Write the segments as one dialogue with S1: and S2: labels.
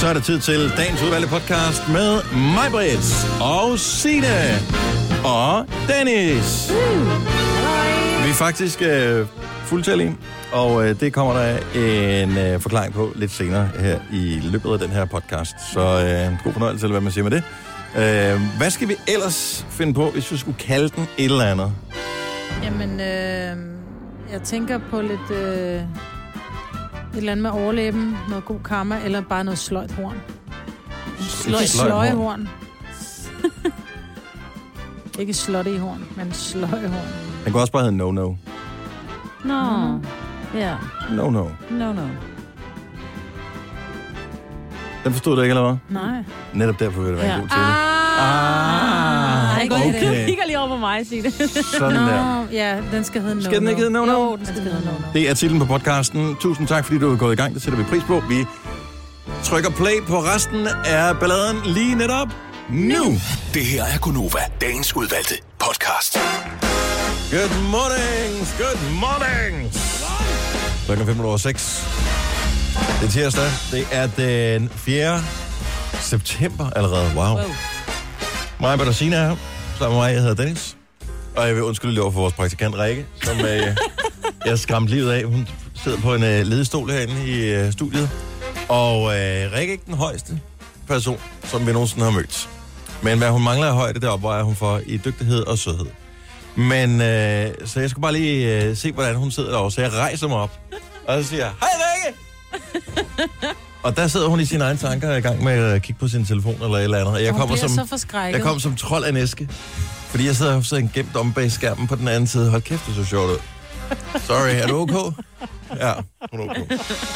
S1: Så er det tid til dagens udvalgte podcast med mig, Britt, og Signe og Dennis. Vi er faktisk fuldtællige, og det kommer der en forklaring på lidt senere her i løbet af den her podcast. Så god fornøjelse, eller hvad man siger med det. Hvad skal vi ellers finde på, hvis vi skulle kalde den et eller andet?
S2: Jamen, jeg tænker på lidt... et eller andet med overlæben, noget god karma, eller bare noget sløjt horn. Sløjhorn. Ikke slotty horn, men sløjhorn.
S1: Den kan også bare hedde no-no.
S3: Nå, ja.
S1: No-no.
S3: No.
S1: Den forstod du ikke, eller hvad?
S2: Nej.
S1: Netop derfor vil det være en god til.
S3: Okay. Du kigger lige over på mig, sig det.
S1: Sådan der.
S2: Ja, den skal hedde no-no.
S1: Skal den ikke hedde no-no?
S2: Jo, den skal hedde no-no.
S1: Det er titlen på podcasten. Tusind tak, fordi du er gået i gang. Det sætter vi pris på. Vi trykker play på resten af balladen lige netop nu.
S4: Det her er Gonova, dagens udvalgte podcast.
S1: Good morning. Klokken 5:06. Det er tirsdag. Det er den 4. september allerede. Wow. Mig og Bertosina er her. Sammen med mig, jeg hedder Dennis. Og jeg vil undskylde lidt over for vores praktikant Rikke, som jeg skræmte livet af. Hun sidder på en ledestol herinde i studiet. Og Rikke er ikke den højeste person, som vi nogensinde har mødt. Men hvad hun mangler af højde, det opvejer hun for i dygtighed og sødhed. Men så jeg skal bare lige se, hvordan hun sidder derovre. Så jeg rejser mig op, og så siger jeg, hej Rikke! Og der sidder hun i sine egne tanker i gang med at kigge på sin telefon eller et eller andet. Og jeg kommer som trold af en æske. Fordi jeg sidder gemt om bag skærmen på den anden side. Hold kæft, det så sjovt ud. Sorry, er du okay? Ja, hun er okay.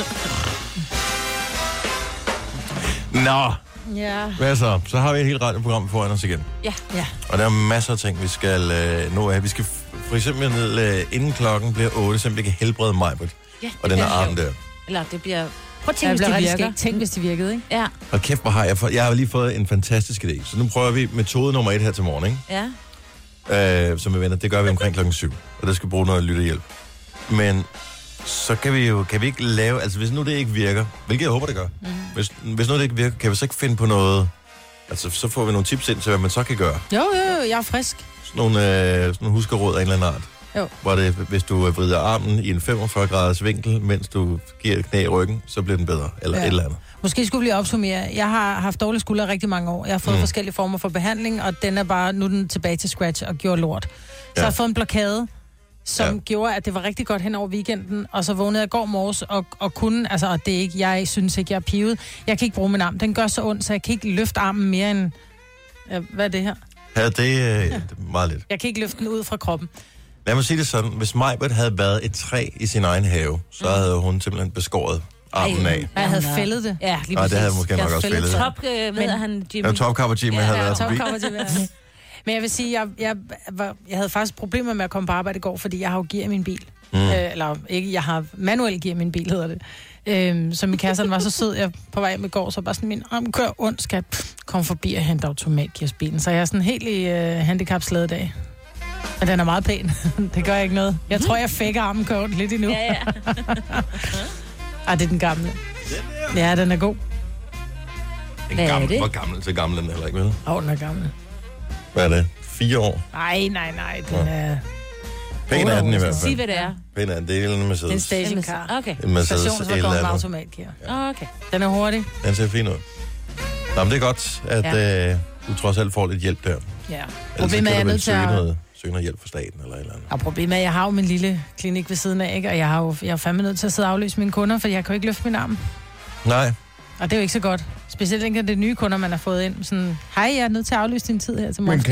S1: Nå.
S2: Ja.
S1: Hvad så? Så har vi et helt radioprogram foran os igen.
S3: Ja.
S1: Og der er masser af ting, vi skal nå af. Vi skal for eksempel inden klokken bliver 8, så vi kan helbrede Majbert.
S3: Ja,
S1: og den her arm der.
S3: Eller det bliver... Prøv at tænke, hvis det virker.
S2: Tænk, hvis det virkede, ikke?
S3: Ja.
S1: Og kæft, hvor har jeg har lige fået en fantastisk idé. Så nu prøver vi metode nummer 1 her til morgen, ikke?
S3: Ja.
S1: Som vi venter, det gør vi omkring klokken 7. Og der skal bruge noget lyttehjælp. Men så kan vi ikke lave... Altså, hvis nu det ikke virker, hvilket jeg håber, det gør. Hvis nu det ikke virker, kan vi så ikke finde på noget... Altså, så får vi nogle tips ind til, hvad man så kan gøre.
S2: Jo, jeg er frisk.
S1: Sådan nogle huskeråd af en eller anden art.
S2: Jo.
S1: Hvor det, hvis du vrider armen i en 45 graders vinkel, mens du giver et knæ i ryggen, så bliver den bedre. Eller et eller andet.
S2: Måske skulle vi lige opsummere. Jeg har haft dårlige skuldre rigtig mange år. Jeg har fået forskellige former for behandling, og den er bare, nu er den tilbage til scratch og gjorde lort. Så jeg har fået en blokade, som gjorde, at det var rigtig godt hen over weekenden, og så vågnede jeg i går morges og kunne, altså, og det er ikke, jeg synes ikke, jeg er pivet. Jeg kan ikke bruge min arm. Den gør så ondt, så jeg kan ikke løfte armen mere end, hvad er det her?
S1: Ja, det er meget lidt.
S2: Jeg kan ikke løfte den ud fra kroppen.
S1: Lad mig sige det sådan. Hvis Majbert havde været et træ i sin egen have, så havde hun simpelthen beskåret armen af.
S2: Jeg havde fældet det.
S3: Ja, lige
S1: nej,
S3: præcis.
S1: det havde måske nok også fældet.
S3: Top, ved han, Jimmy.
S1: Ja, topkapper Jimmy havde været forbi.
S2: Men jeg vil sige, jeg havde faktisk problemer med at komme på arbejde i går, fordi jeg har jo gear i min bil. Eller ikke, jeg har manuel gear i min bil, hedder det. Så min kæreste var så sød, jeg på vej med går, så bare sådan, min arm kører ondt, skal komme forbi og hente automatgearsbilen. Så jeg er sådan helt i handicapslædedag. Og den er meget pæn. Det gør ikke noget. Jeg tror, jeg fækker armen kørt lidt endnu.
S3: Ja.
S2: Det er den gamle. Ja, den er god.
S1: Hvor gammel? Så gammel den heller ikke, vel?
S2: Den er gammel.
S1: Hvad er det? 4 år?
S2: Nej. Den er...
S1: Pæn er den i hvert fald.
S3: Sig, hvad det er.
S1: Pæn er den. Det er en Mercedes.
S2: En stationcar.
S3: Okay.
S1: En Mercedes
S2: Stationsvogn med automatgear.
S3: Okay.
S2: Den er hurtig.
S1: Den ser fin ud. Nå, men det er godt, at du trods alt får lidt hjælp der.
S2: Ja.
S1: Problemet er, jeg nødt til at søge noget hjælp fra staten eller et eller andet.
S2: Og problemet er, at jeg har jo min lille klinik ved siden af, ikke? Og jeg er fandme nødt til at sidde og afløse mine kunder, for jeg kan jo ikke løfte min arm.
S1: Nej.
S2: Og det er jo ikke så godt. Specielt ikke, at det er nye kunder, man har fået ind. Sådan, hej, jeg er nødt til at aflyse din tid her til morgen.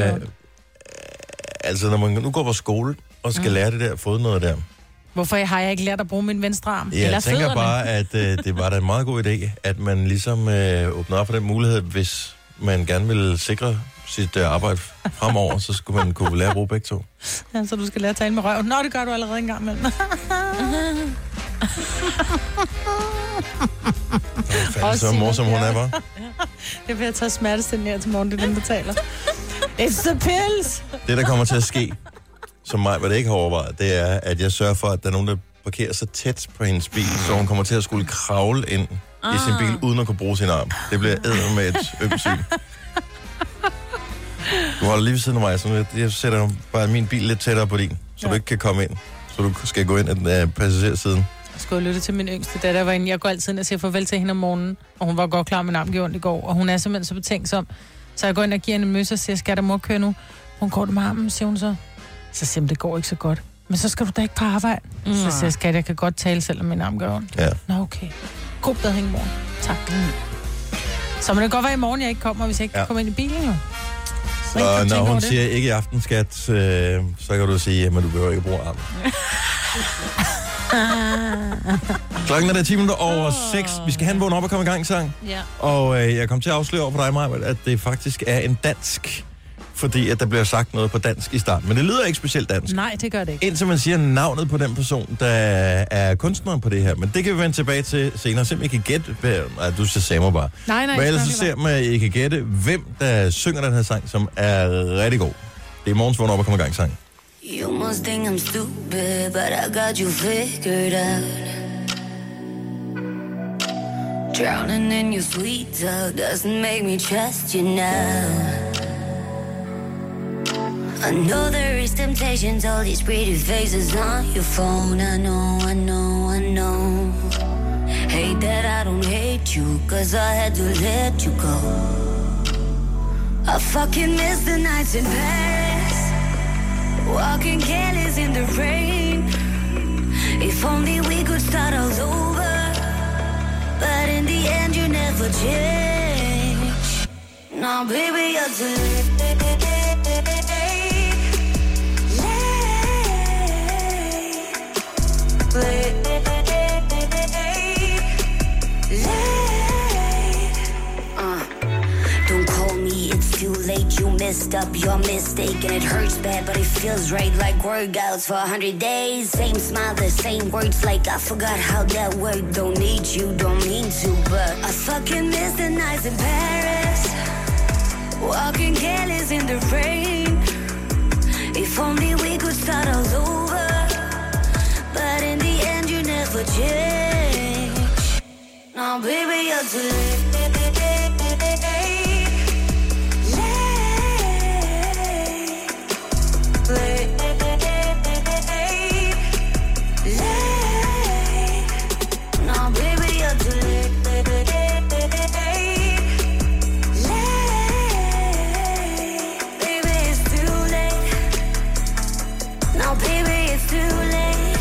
S1: Altså, når man nu går på skole og skal lære det der, fået noget der.
S2: Hvorfor har jeg ikke lært at bruge min venstre arm?
S1: Jeg tænker bare, at det var da en meget god idé, at man ligesom åbner op for den mulighed, hvis man gerne vil sikre sit arbejde fremover, så skulle man kunne lære at bruge begge to.
S2: Ja, så du skal lære at tale med røven. Nå, det gør du allerede en gang imellem.
S1: Det er så morsom, hun er, bare.
S2: Det vil jeg tage smertestillende til morgen, det er den, der taler. It's the pills!
S1: Det, der kommer til at ske, som mig, hvad det ikke har overvejet, det er, at jeg sørger for, at der er nogen, der parkerer så tæt på hendes bil, så hun kommer til at skulle kravle ind i sin bil, uden at kunne bruge sin arm. Det bliver æder med et ømsyn. Du holder lige ved siden af mig, så jeg sætter bare min bil lidt tættere på din, så du ikke kan komme ind. Så du skal gå ind af passagersiden.
S2: Jeg skulle lytte til min yngste datter, var inde. Jeg går altid ind og siger farvel til hende om morgenen, og hun var godt klar med en arm gjorde ondt i går, og hun er simpelthen så betænksom. Så jeg går ind og giver hende en møs og siger, skal der mor køre nu? Hun går det med armen, siger hun så. Så siger hun, det går ikke så godt. Men så skal du da ikke på arbejde. Så siger jeg, skat, jeg kan godt tale, selvom min arm gør ondt.
S1: Ja.
S2: Nå, okay. God bedring i morgen. Tak. Så må det godt være i morgen, jeg ikke kommer, hvis jeg ikke kan komme ind i bilen nu.
S1: Så når hun siger ikke i aften, skat, så kan du sige, at du behøver ikke bruge armen. Klokken er der 10 minutter over 6. Vi skal have en vågen op og komme i gang sang.
S3: Ja.
S1: Og jeg kom til at afsløre over for dig, Maja, at det faktisk er en dansk, fordi at der bliver sagt noget på dansk i starten. Men det lyder ikke specielt dansk.
S2: Nej, det gør det ikke.
S1: Indtil man siger navnet på den person, der er kunstneren på det her. Men det kan vi vende tilbage til senere. Simpelthen I kan gætte... Nej, du siger Samer bare.
S2: Nej.
S1: Men ellers så ser man, at I kan gætte, hvem der synger den her sang, som er rigtig god. Det er morgens vågen op og komme i gang sang.
S5: You must think I'm stupid, but I got you figured out. Drowning in your sweet talk doesn't make me trust you now. I know there is temptations, all these pretty faces on your phone. I know. Hate that I don't hate you, cause I had to let you go. I fucking miss the nights in Paris, walking careless in the rain. If only we could start all over, but in the end you never change. No, baby, you're too late. Don't call me, it's too late. You messed up your mistake, and it hurts bad, but it feels right, like workouts for 100 days. Same smile, the same words, like I forgot how that worked. Don't need you, don't mean to, but I fucking miss the nights in Paris, walking careless in the rain. If only we could start all over, but in the end you never change. No, baby, you're too late. No, baby, you're too late. Baby, it's too late. No, baby, it's too late.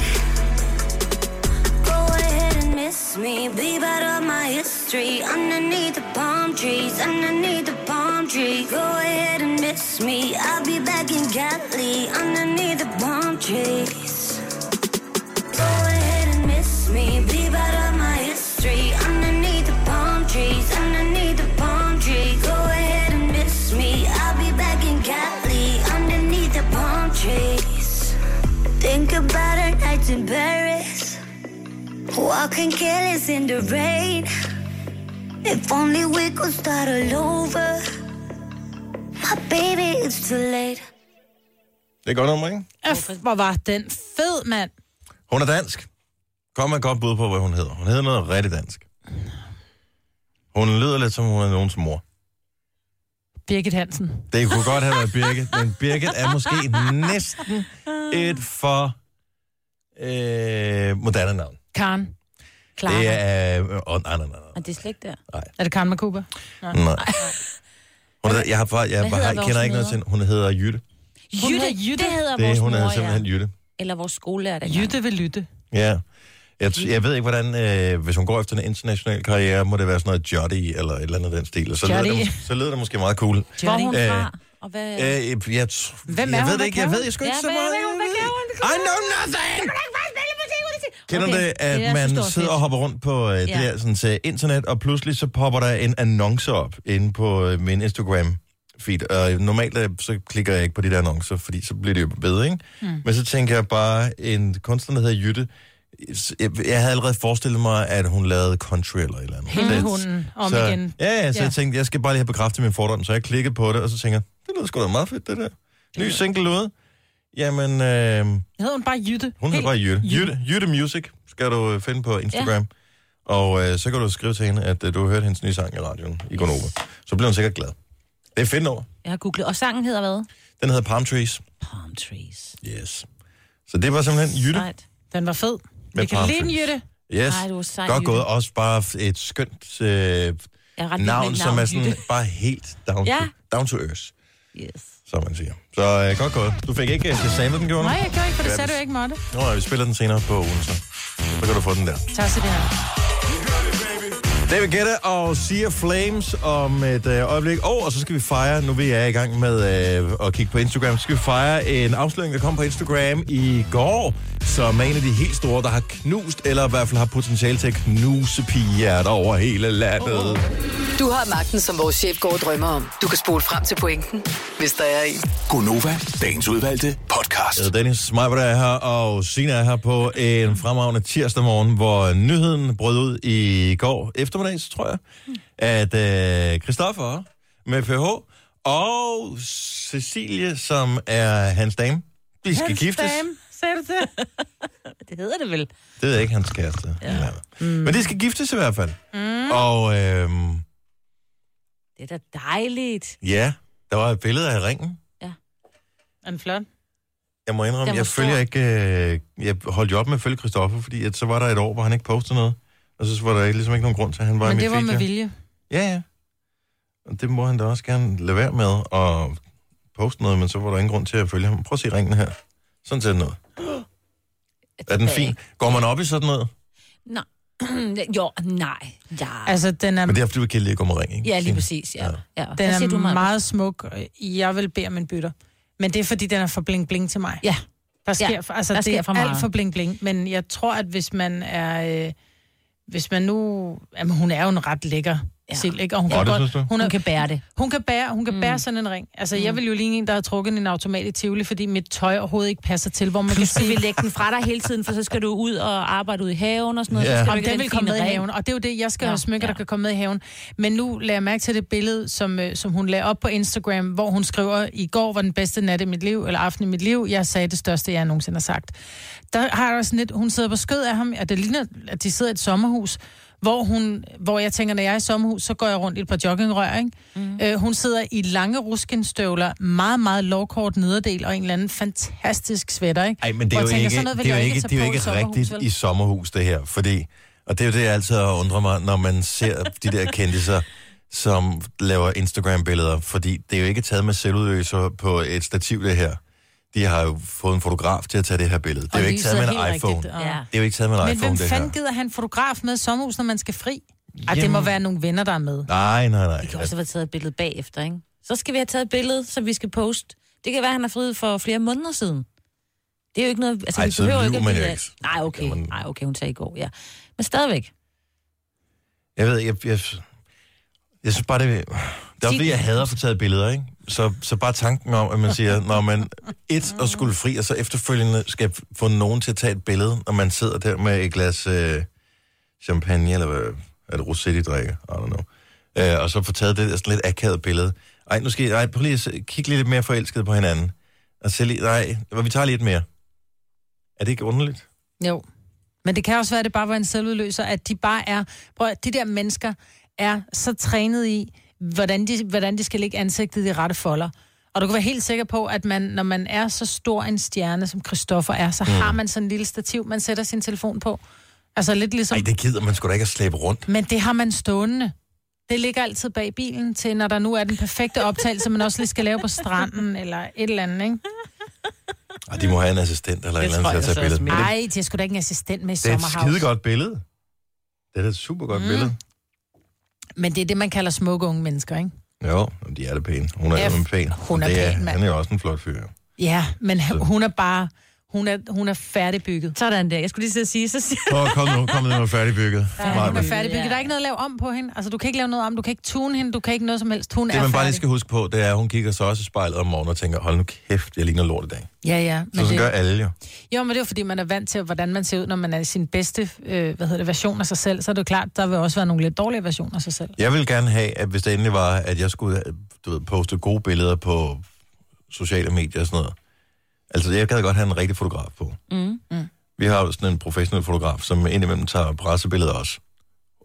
S5: Go ahead and miss me. Be part of my history. Underneath the palm trees. Underneath the palm tree. Go ahead and miss me. I'll be back in Cali. Underneath the palm trees. Go ahead and miss me. Be part of my history. Underneath the palm trees. Underneath the palm tree. Go ahead and miss me. I'll be back in Cali. Underneath the palm trees. Think about our nights in Paris, walking careless in the rain. If only we could start all over. My baby, it's too late.
S1: Det er godt nummer, ikke?
S2: Hvor var den fed, mand.
S1: Hun er dansk. Kom med et godt bud på, hvad hun hedder. Hun hedder noget rigtig dansk. Hun lyder lidt som hun er nogens mor.
S2: Birgit Hansen.
S1: Det kunne godt have været Birgit, men Birgit er måske næsten et for moderne navn.
S2: Karen.
S3: Clara.
S1: Det er... nej.
S3: Og det er slet ikke der.
S1: Nej.
S2: Er det Karen Makuba?
S1: Nej. Hun hedder, jeg kender ikke noget til. Hun hedder Jytte.
S2: Jytte.
S3: Det hedder vores
S1: Hun
S3: mor,
S1: hedder simpelthen Jytte.
S3: Eller vores skolelærer.
S2: Jytte vil lytte.
S1: Ja. Jeg ved ikke, hvordan... hvis hun går efter en international karriere, må det være sådan noget Joddy eller et eller andet den stil. Så lyder det måske meget cool.
S3: Hvor er hun fra? Og hvad...
S2: Hvem er hun?
S1: Ved det ikke. Jeg ved sgu ikke så meget. I know nothing! Kender det, at man sidder og hopper rundt på det der sådan, internet, og pludselig så popper der en annonce op inde på min Instagram-feed. Og normalt så klikker jeg ikke på de der annoncer, fordi så bliver det jo bedre, ikke? Men så tænker jeg bare, en kunstner, der hedder Jytte, jeg havde allerede forestillet mig, at hun lavede country eller et eller andet.
S2: Himmelhunden om igen.
S1: Ja, så jeg tænkte, jeg skal bare lige have bekræftet min fordom, så jeg klikkede på det, og så tænker jeg, det lyder sgu da meget fedt, det der. Ny single ude. Jamen...
S2: Hedder hun bare Jytte?
S1: Hun hedder bare Jytte. Jytte Music skal du finde på Instagram. Og så kan du skrive til hende, at du har hørt hendes nye sang i radioen i Gonova. Så bliver hun sikkert glad. Det er fedt over.
S3: Jeg har googlet. Og sangen hedder hvad?
S1: Den hedder Palm Trees.
S3: Palm Trees.
S1: Yes. Så det var simpelthen Jytte.
S3: Sejt.
S2: Den var fed.
S1: Med
S2: Vi kan
S1: Palm
S2: lide den,
S1: Trees.
S2: Jytte.
S1: Yes.
S3: Ej, du er sej,
S1: Godt
S3: Jytte.
S1: gået. Også bare et skønt navn, som er sådan
S3: Jytte.
S1: bare helt down to earth,
S3: Yes.
S1: som man siger. Så godt gået. Du fik ikke Shazam, den gjorde du?
S2: Nej, jeg gjorde ikke, for det sagde du ikke måtte.
S1: Nå, vi spiller den senere på ugen, så kan du få den der.
S2: Tak til det her.
S1: David Guetta og Sea of Flames om et øjeblik. Og så skal vi fejre, nu vi er i gang med at kigge på Instagram, så skal vi fejre en afsløring, der kom på Instagram i går, som er en af de helt store, der har knust, eller i hvert fald har potentiale til at knuse pigehjerter over hele landet.
S6: Du har magten, som vores chef går og drømmer om. Du kan spole frem til pointen, hvis der er en.
S4: Gonova, dagens udvalgte podcast.
S1: Dennis Meibert er her, og Sina er her på en fremragende tirsdag morgen, hvor nyheden brød ud i går eftermiddags, tror jeg, at Christoffer med PH og Cecilie, som er hans dame, de skal giftes.
S2: Sagde du det?
S3: Det hedder det vel.
S1: Det ved jeg ikke, hans kæreste. Ja. Men de skal giftes i hvert fald. Og
S3: Det er da dejligt.
S1: ja, der var et billede af ringen.
S2: Er den flot?
S1: Jeg må indrømme,
S3: Den var
S1: jeg følger
S3: stor.
S1: ikke... jeg holdt jo op med at følge Christoffer, fordi at så var der et år, hvor han ikke postede noget. Og så var der ligesom ikke nogen grund til, at han var i
S2: Men
S1: mit
S2: det var
S1: feed,
S2: med
S1: ja.
S2: vilje.
S1: Ja. Og det må han da også gerne lade være med at poste noget, men så var der ingen grund til at følge ham. Prøv at se ringen her. Sådan ser den ud. Er den fin? Går man op i sådan noget?
S3: Nej. Jo, nej. Ja.
S2: Altså, den er,
S1: Men det er, fordi du kan lide at gå med ring, ikke?
S3: Ja, lige præcis. Ja. Ja.
S2: den
S3: Hvad siger du,
S2: er
S3: Maja?
S2: meget smuk. Jeg vil bede om en bytter. Men det er, fordi den er for bling-bling til mig.
S3: Ja.
S2: Der sker,
S3: Ja,
S2: altså,
S3: der
S2: det
S3: sker
S2: er
S3: for meget.
S2: alt for bling-bling. Men jeg tror, at hvis man er... hvis man nu... Jamen, hun er jo en ret lækker sild, ikke? Og hun
S1: det
S2: kan
S1: synes du?
S3: Hun kan bære det.
S2: Hun kan bære sådan en ring. Altså, jeg vil jo ligne en, der har trukket en automat i Tivoli, fordi mit tøj overhovedet ikke passer til, hvor man kan
S3: Du
S2: sige...
S3: vil lægge den fra dig hele tiden, for så skal du ud og arbejde ud i haven og sådan noget.
S1: Ja.
S3: Så skal du
S2: Om
S3: ikke
S2: den
S3: have
S2: vil komme
S3: fine
S2: med i
S3: ring.
S2: haven, og det er jo det, jeg skal
S3: Nå,
S2: have smykker, der
S3: ja.
S2: kan komme med i haven. Men nu lader jeg mærke til det billede, som hun lagde op på Instagram, hvor hun skriver, i går var den bedste nat i mit liv, eller aften i mit liv, jeg sagde det største, jeg nogensinde har sagt. Der har jeg sådan lidt, hun sidder på skød af ham, og det ligner, at de sidder i et sommerhus, hvor jeg tænker, når jeg er i sommerhus, så går jeg rundt i et par joggingrør, ikke? Hun sidder i lange ruskenstøvler, meget, meget lovkort nederdel, og en eller anden fantastisk sweater, ikke?
S1: Ej, men det er
S2: Hvor
S1: jo
S2: jeg tænker,
S1: ikke,
S2: sådan noget vil
S1: det er jo
S2: jeg
S1: ikke,
S2: tage
S1: det er jo
S2: på i
S1: ikke
S2: sommerhus,
S1: rigtigt
S2: vel?
S1: i sommerhus, det her. Fordi, og det er jo det, jeg altid undrer mig, når man ser de der kendiser, som laver Instagram-billeder. Fordi det er jo ikke taget med selvudløser på et stativ, det her. De har jo fået en fotograf til at tage det her billede. Det er jo ikke taget med en iPhone. Det
S3: Ja.
S1: er jo ikke taget med en
S2: Men
S1: iPhone,
S2: hvem
S1: det her.
S2: fanden gider have en fotograf med i sommerhus, når man skal fri? Ej, det
S1: Jamen.
S2: må være nogle venner, der er med.
S1: Nej.
S3: Det kan også have taget et billede bagefter, ikke? Så skal vi have taget et billede, som vi skal poste. Det kan være, at han har friet for flere måneder siden. Det er jo ikke noget... Altså,
S1: Ej,
S3: vi
S1: så
S3: behøver
S1: lyver
S3: ikke at
S1: man jo
S3: vide,
S1: ikke.
S3: Nej, okay.
S1: Jamen.
S3: Nej, okay, hun sagde i går, ja. Men stadigvæk.
S1: Jeg ved, jeg synes bare, det er fordi, jeg hader at få taget billeder, ikke? Så bare tanken om, at man siger, når man og skulle fri, og så efterfølgende skal få nogen til at tage et billede, når man sidder der med et glas champagne, eller hvad er det, rosé, de drikker? I don't know. Og så få taget det der sådan lidt akavet billede. Ej, nu skal I, prøv lige at kigge lidt mere forelsket på hinanden. Og se lige, vi tager lidt mere. Er det ikke underligt?
S2: Jo. Men det kan også være, at det bare var en selvudløser, at de bare er... Prøv at, de der mennesker er så trænet i, hvordan de skal lægge ansigtet i rette folder. Og du kan være helt sikker på, at når man er så stor en stjerne, som Christoffer er, så har man sådan en lille stativ, man sætter sin telefon på. Altså lidt ligesom...
S1: Ej, det gider man sgu da ikke at slæbe rundt.
S2: Men det har man stående. Det ligger altid bag bilen til, når der nu er den perfekte optagelse, man også lige skal lave på stranden, eller et eller andet, ikke?
S1: Ej, de må have en assistent eller et eller andet til at tage billedet.
S2: Nej, de er sgu da ikke en assistent med i
S1: Det er et
S2: sommerhavs.
S1: skide godt billede. Det er da et super godt billede.
S2: Men det er det, man kalder smukke unge mennesker, ikke?
S1: Jo, de er det pæne. Hun er jo pæn.
S2: Hun er
S1: Det
S2: pæn, mand.
S1: Han er jo også en flot fyr.
S2: Ja, men hun er bare... Hun er færdigbygget.
S3: Sådan der. Jeg skulle lige sige, så siger
S1: Kom nu, er færdigbygget.
S2: Ja, hun er færdigbygget. Der er ikke noget at lave om på hende. Altså, du kan ikke lave noget om. Du kan ikke tune hende. Du kan ikke noget som helst. Hun
S1: Det
S2: er
S1: man bare lige
S2: færdig.
S1: skal huske på, det er, at hun kigger så også i spejlet om morgenen og tænker, hold nu kæft, jeg ligner lort i dag.
S2: Ja.
S1: Så sådan gør alle jo.
S2: Jo, men det er jo fordi, man er vant til, hvordan man ser ud, når man er i sin bedste version af sig selv. Så er det jo klart, der vil også være nogle lidt dårlige versioner af sig selv.
S1: Jeg vil gerne have, at hvis det endelig var, at jeg skulle poste gode billeder på sociale medier og sådan noget. Altså, jeg gad godt have en rigtig fotograf på. Vi har jo sådan en professionel fotograf, som indimellem tager pressebilleder også.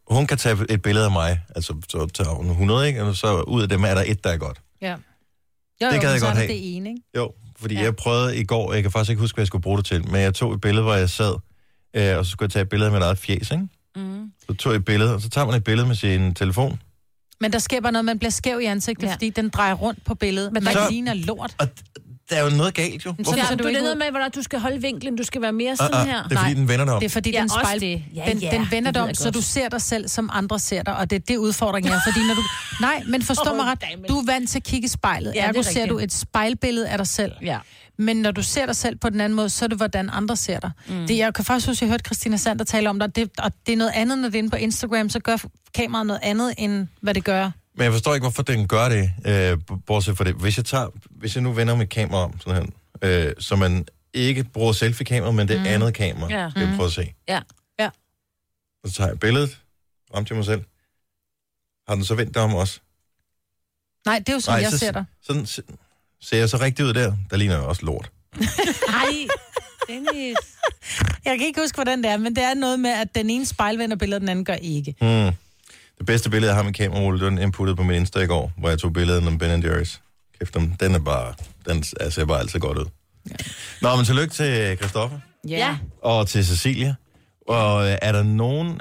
S1: hun kan tage et billede af mig, altså så tager hun 100, ikke? Og så ud af dem er der et, der er godt.
S2: Ja.
S1: Det gad jeg
S2: så
S1: godt
S2: er
S1: have.
S2: det ene, ikke?
S1: Jo, fordi jeg prøvede i går, jeg kan faktisk ikke huske, hvad jeg skulle bruge det til, men jeg tog et billede, hvor jeg sad, og så skulle jeg tage et billede af mit eget fjes, ikke? Så tog jeg et billede, og så tager man et billede med sin telefon.
S2: Men der sker bare noget, man bliver skæv i ansigtet, fordi den drejer rundt på billedet. Men man ligner lort.
S1: Og der er jo noget galt, jo.
S3: Så
S2: Hvorfor?
S3: du er noget med, hvordan du skal holde vinklen, du skal være mere sådan her.
S1: Det er fordi, den vender dig om.
S2: Det er fordi, den spejl, den vender dig om, så du ser dig selv, som andre ser dig, og det er det udfordringen er, fordi når du... Nej, men forstå mig ret, du er vant til at kigge i spejlet, ergo ser du et spejlbillede af dig selv.
S3: Ja.
S2: Men når du ser dig selv på den anden måde, så er det, hvordan andre ser dig. Det, jeg kan faktisk huske, at jeg hørte Christina Sander tale om dig, og det er noget andet, når det er inde på Instagram, så gør kameraet noget andet, end hvad det gør.
S1: Men jeg forstår ikke, hvorfor den gør det, bortset fra det. Hvis jeg nu vender mit kamera om, sådan her, så man ikke bruger selfie-kamera, men det andet kamera, skal jeg prøve at se.
S3: Ja.
S1: Og så tager jeg billedet om til mig selv. Har den så vendt dig om også?
S2: Nej, det er jo sådan, jeg ser dig.
S1: Sådan ser jeg så rigtig ud der. Der ligner jeg også lort.
S3: Ej, Dennis.
S2: Jeg kan ikke huske, hvordan det er, men det er noget med, at den ene spejlvender billedet, den anden gør ikke.
S1: Det bedste billede, jeg har med kamerarulle, den inputtet på min Insta i går, hvor jeg tog billedet af Ben & Jerry's. Kæft, den er bare... Den ser bare altid godt ud. Ja. Nå, men tillykke til Christoffer.
S2: Ja.
S1: Og til Cecilia. Og er der nogen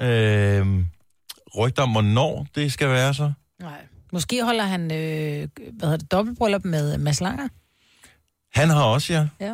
S1: rygter om, hvornår det skal være så?
S2: Nej. Måske holder han, dobbeltbryllup med Mads Langer.
S1: Han har også, ja.
S2: Ja.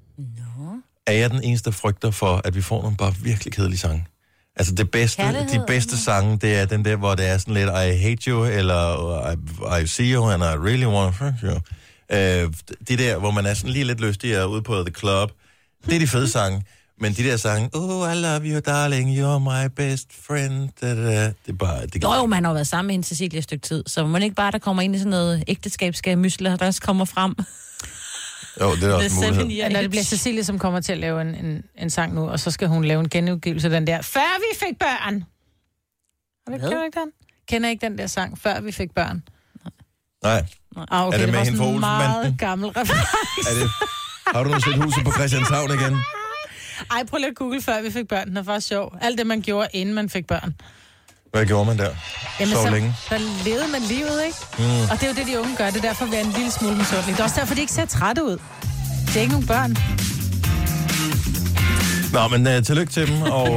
S1: Er jeg den eneste, der frygter for, at vi får nogle bare virkelig kedelige sange? Altså de bedste sange, det er den der, hvor det er sådan lidt I hate you, eller I see you, and I really want to fuck you. Det der, hvor man er sådan lige lidt lystig og ude på The Club, det er de fede sange. Men de der sange, oh, I love you, darling, you're my best friend, det er bare... Det
S3: Jo, man har været sammen med hende Cecilia et stykke tid, så man ikke bare, der kommer ind i sådan noget ægteskabsmysler, der også kommer frem.
S1: Jo, det er også en mulighed.
S2: Eller det bliver Cecilie, som kommer til at lave en sang nu, og så skal hun lave en genudgivelse af den der, Før vi fik børn. Kender ikke den? Kender ikke den der sang, Før vi fik børn?
S1: Nej.
S2: Okay,
S1: er det med hende for
S2: Olsenbanden? Meget gammel reference.
S1: Har du nu set Huset på Christianshavn igen?
S2: Ej, prøv lige at google, Før vi fik børn. Den er faktisk sjov. Alt det, man gjorde, inden man fik børn.
S1: Hvad gjorde man der?
S2: Jamen,
S1: så længe?
S2: Der levede man livet, ikke? Og det er jo det, de unge gør. Det er derfor, vi er en lille smule misundelig. Det er også derfor, de ikke ser trætte ud. Det er ikke nogen børn.
S1: Nå, men tillykke til dem, og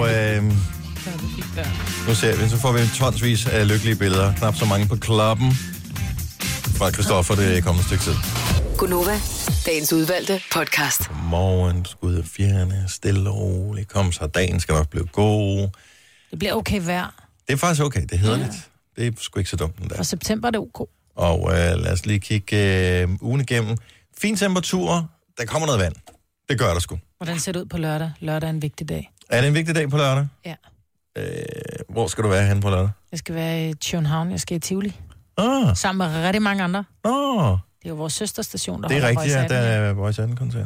S1: nu ser vi, så får vi tonsvis af lykkelige billeder. Knap så mange på klubben fra Christoffer, det kommer et stykke tid.
S6: Gunova, dagens udvalgte podcast.
S1: Morgen, skud af fjerne, stille og roligt. Kom så, dagen skal nok blive god.
S2: Det bliver okay vejr.
S1: Det er faktisk okay, det er hederligt. Det er sgu ikke så dumt den der.
S2: Og september er det ok.
S1: Og lad os lige kigge ugen igennem. Fin temperatur, der kommer noget vand. Det gør der sgu.
S2: Hvordan ser det ud på lørdag? Lørdag er en vigtig dag.
S1: Er det en vigtig dag på lørdag?
S2: Ja.
S1: Hvor skal du være henne på lørdag?
S2: Jeg skal være i København, jeg skal i Tivoli. Sammen med rigtig mange andre. Det er jo vores søsterstation, der
S1: det er
S2: holder
S1: rigtigt, ja, der er Voice 18-koncert.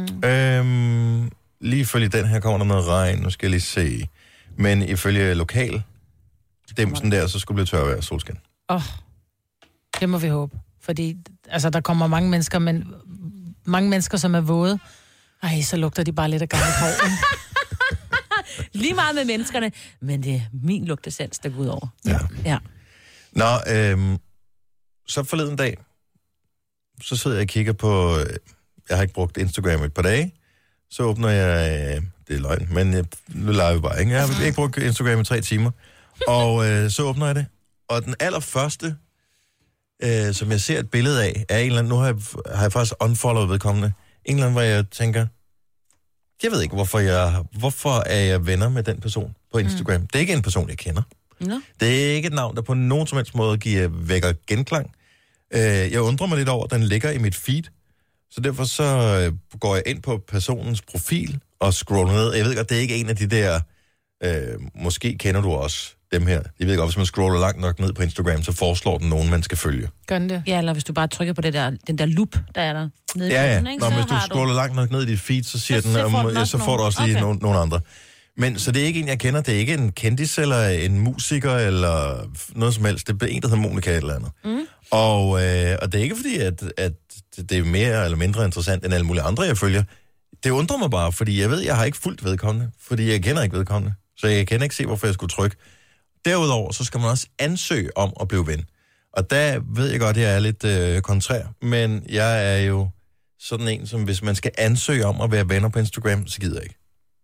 S1: Lige ifølge den her kommer der noget regn, nu skal jeg lige se. Men ifølge lokal demsen der, så skulle det blive tørvejr og solskin.
S2: Det må vi håbe. Fordi altså, der kommer mange mennesker, men mange mennesker, som er våde. Ej, så lugter de bare lidt af gammelt hår.
S3: Lige meget med menneskerne, men det er min lugtesans, der går ud over. Ja.
S1: Nå, så forleden dag, så sidder jeg og kigger på, jeg har ikke brugt Instagram et par dage, så åbner jeg, det er løgn, men nu leger vi bare, ikke? Jeg har ikke brugt Instagram i 3 timer, og så åbner jeg det, og den allerførste, som jeg ser et billede af, er en eller anden, nu har jeg faktisk unfollowet vedkommende, en eller anden, hvor jeg tænker, jeg ved ikke, hvorfor er jeg venner med den person på Instagram. Det er ikke en person, jeg kender.
S3: No.
S1: Det er ikke et navn, der på nogen som helst måde vækker genklang. Jeg undrer mig lidt over, at den ligger i mit feed, så derfor så går jeg ind på personens profil og scroller ned. Jeg ved godt, det er ikke en af de der, måske kender du også dem her. Jeg ved godt, hvis man scroller langt nok ned på Instagram, så foreslår den nogen, man skal følge.
S2: Gør den det?
S3: Ja, eller hvis du bare trykker på den der loop, der er der nede i
S1: ja.
S3: bunden, ikke?
S1: Nå, hvis du scroller langt nok ned i dit feed, så siger så får du også lige nogle andre. Men så det er ikke en, jeg kender. Det er ikke en kendis eller en musiker eller noget som helst. Det er en, der hedder Monika eller andet. Og det er ikke fordi, at det er mere eller mindre interessant end alle mulige andre, jeg følger. Det undrer mig bare, fordi jeg ved, jeg har ikke fulgt vedkommende. Fordi jeg kender ikke vedkommende. Så jeg kan ikke se, hvorfor jeg skulle trykke. Derudover, så skal man også ansøge om at blive ven. Og der ved jeg godt, at jeg er lidt kontrær, men jeg er jo sådan en, som hvis man skal ansøge om at være venner på Instagram, så gider jeg ikke.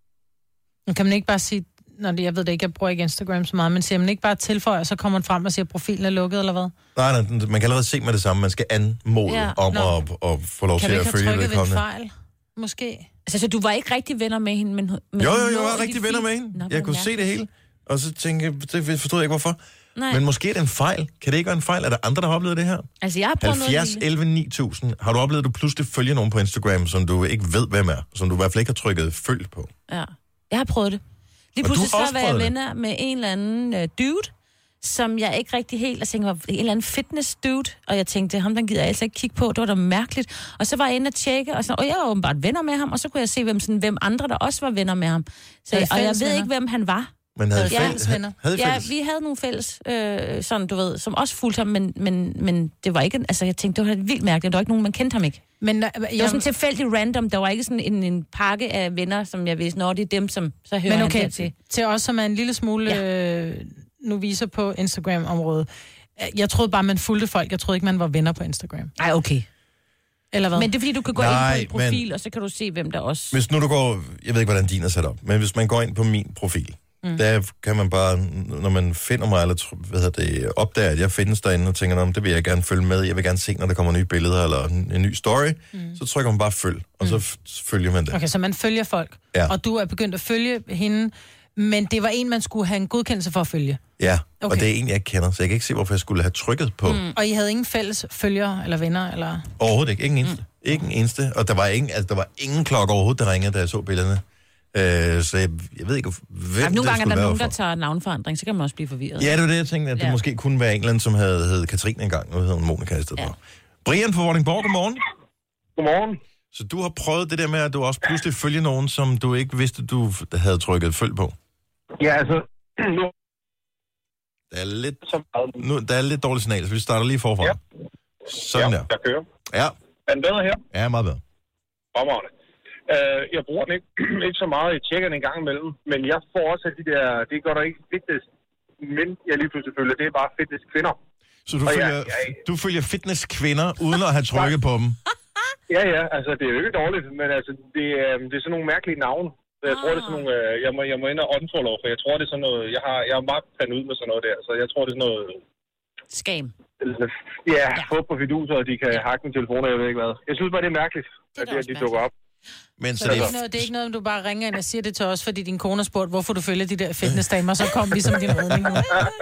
S2: Men kan man ikke bare sige, jeg ved det ikke, jeg bruger ikke Instagram så meget, men siger man ikke bare tilføje, og så kommer man frem og siger, at profilen er lukket, eller hvad?
S1: Nej, man kan allerede se med det samme. Man skal anmode om at få lov til at følge det.
S2: Kan du ikke have trykket ved en fejl, måske?
S3: Altså, du var ikke rigtig venner med hende, men...
S1: Jo, jeg var rigtig venner med hende. Jeg kunne se det hele. Og så tænkte jeg, det forstod jeg ikke, hvorfor. Nej. Men måske er det en fejl. Kan det ikke være en fejl? Er der andre, der har oplevet det her?
S3: Altså, jeg har prøvet
S1: 70, 11, 9000. Har du oplevet, at du pludselig følger nogen på Instagram, som du ikke ved, hvem er? Som du i hvert fald ikke har trykket følg på?
S3: Ja, jeg har prøvet det. Lige pludselig så var jeg venner med en eller anden dude, som jeg ikke rigtig helt... Jeg tænkte, var en eller anden fitness-dude, og jeg tænkte, ham den gider jeg altså ikke kigge på, det var da mærkeligt. Og så var jeg inde og tjekke, og jeg var åbenbart venner med ham, og så kunne jeg se, hvem andre, der også var venner med ham. Og jeg ved ikke, hvem han var.
S1: Men havde fælles venner?
S3: Ja, vi havde nogle fælles, sådan du ved, som også fulgte ham, men det var ikke... Altså, jeg tænkte, det var vildt mærkeligt, der var ikke nogen, man kendte ham ikke. Men det var sådan tilfældigt random, der var ikke sådan en pakke af venner, som jeg vidste, det er dem, som så hører han dertil.
S2: Til os, som er en lille smule nu viser på Instagram-området. Jeg troede bare, man fulgte folk. Jeg troede ikke, man var venner på Instagram.
S3: Nej, okay.
S2: Eller hvad?
S3: Men det er fordi, du kan gå ind på en profil, og så kan du se, hvem der også...
S1: Hvis nu du går... Jeg ved ikke, hvordan din er sat op, men hvis man går ind på min profil, der kan man bare, når man finder mig, eller opdager, at jeg findes derinde, og tænker, det vil jeg gerne følge med, jeg vil gerne se, når der kommer nye billeder, eller en ny story, så trykker man bare følg, og så følger man det.
S2: Okay, så man følger folk, og du er begyndt at følge hende, men det var en, man skulle have en godkendelse for at følge?
S1: Ja, okay. Og det er en, jeg ikke kender, så jeg kan ikke se, hvorfor jeg skulle have trykket på.
S2: Og I havde ingen fælles følgere eller venner? Eller?
S1: Overhovedet ikke, ikke en eneste. Ikke en eneste, og der var ingen klokke overhovedet, der ringede, da jeg så billederne. Så jeg ved ikke, hvem
S3: nogle gange er der nogen, der tager navnforandring, så kan man også blive forvirret.
S1: Ja, det var det, jeg tænkte, at det måske kunne være en eller anden, som hed Katrine engang. Nu hedder hun Monika i stedet for. Brian fra Vordingborg, godmorgen.
S7: Godmorgen.
S1: Så du har prøvet det der med, at du også pludselig følger nogen, som du ikke vidste, du havde trykket følg på?
S7: Ja, altså...
S1: Der er lidt dårligt signal, så vi starter lige forfra.
S7: Ja.
S1: Sådan der.
S7: Jeg kører.
S1: Ja.
S7: Er den bedre her?
S1: Ja, meget bedre.
S7: Fremragende. Jeg bruger den ikke så meget. Jeg tjekker den en gang imellem. Men jeg får også de der... Det går der ikke fitness. Men jeg lige pludselig følger, det er bare fitness kvinder.
S1: Så du følger fitness kvinder, uden at have trykket på dem?
S7: Ja, altså det er jo ikke dårligt. Men altså, det er sådan nogle mærkelige navne. Jeg tror, det er sådan nogle... Jeg må ind og unfollow, for jeg tror, det er sådan noget... Jeg er meget fandt ud med sådan noget der. Så jeg tror, det er sådan noget...
S3: Skam.
S7: Ja, få på fiduser, og de kan hakke med telefoner, jeg ved ikke hvad. Jeg synes bare, det er mærkeligt, at de dukker op.
S2: Men så det er ikke noget, du bare ringer ind og siger det til os, fordi din kone har spurgt, hvorfor du følger de der fitnessdamer, så kom vi som din redning nu.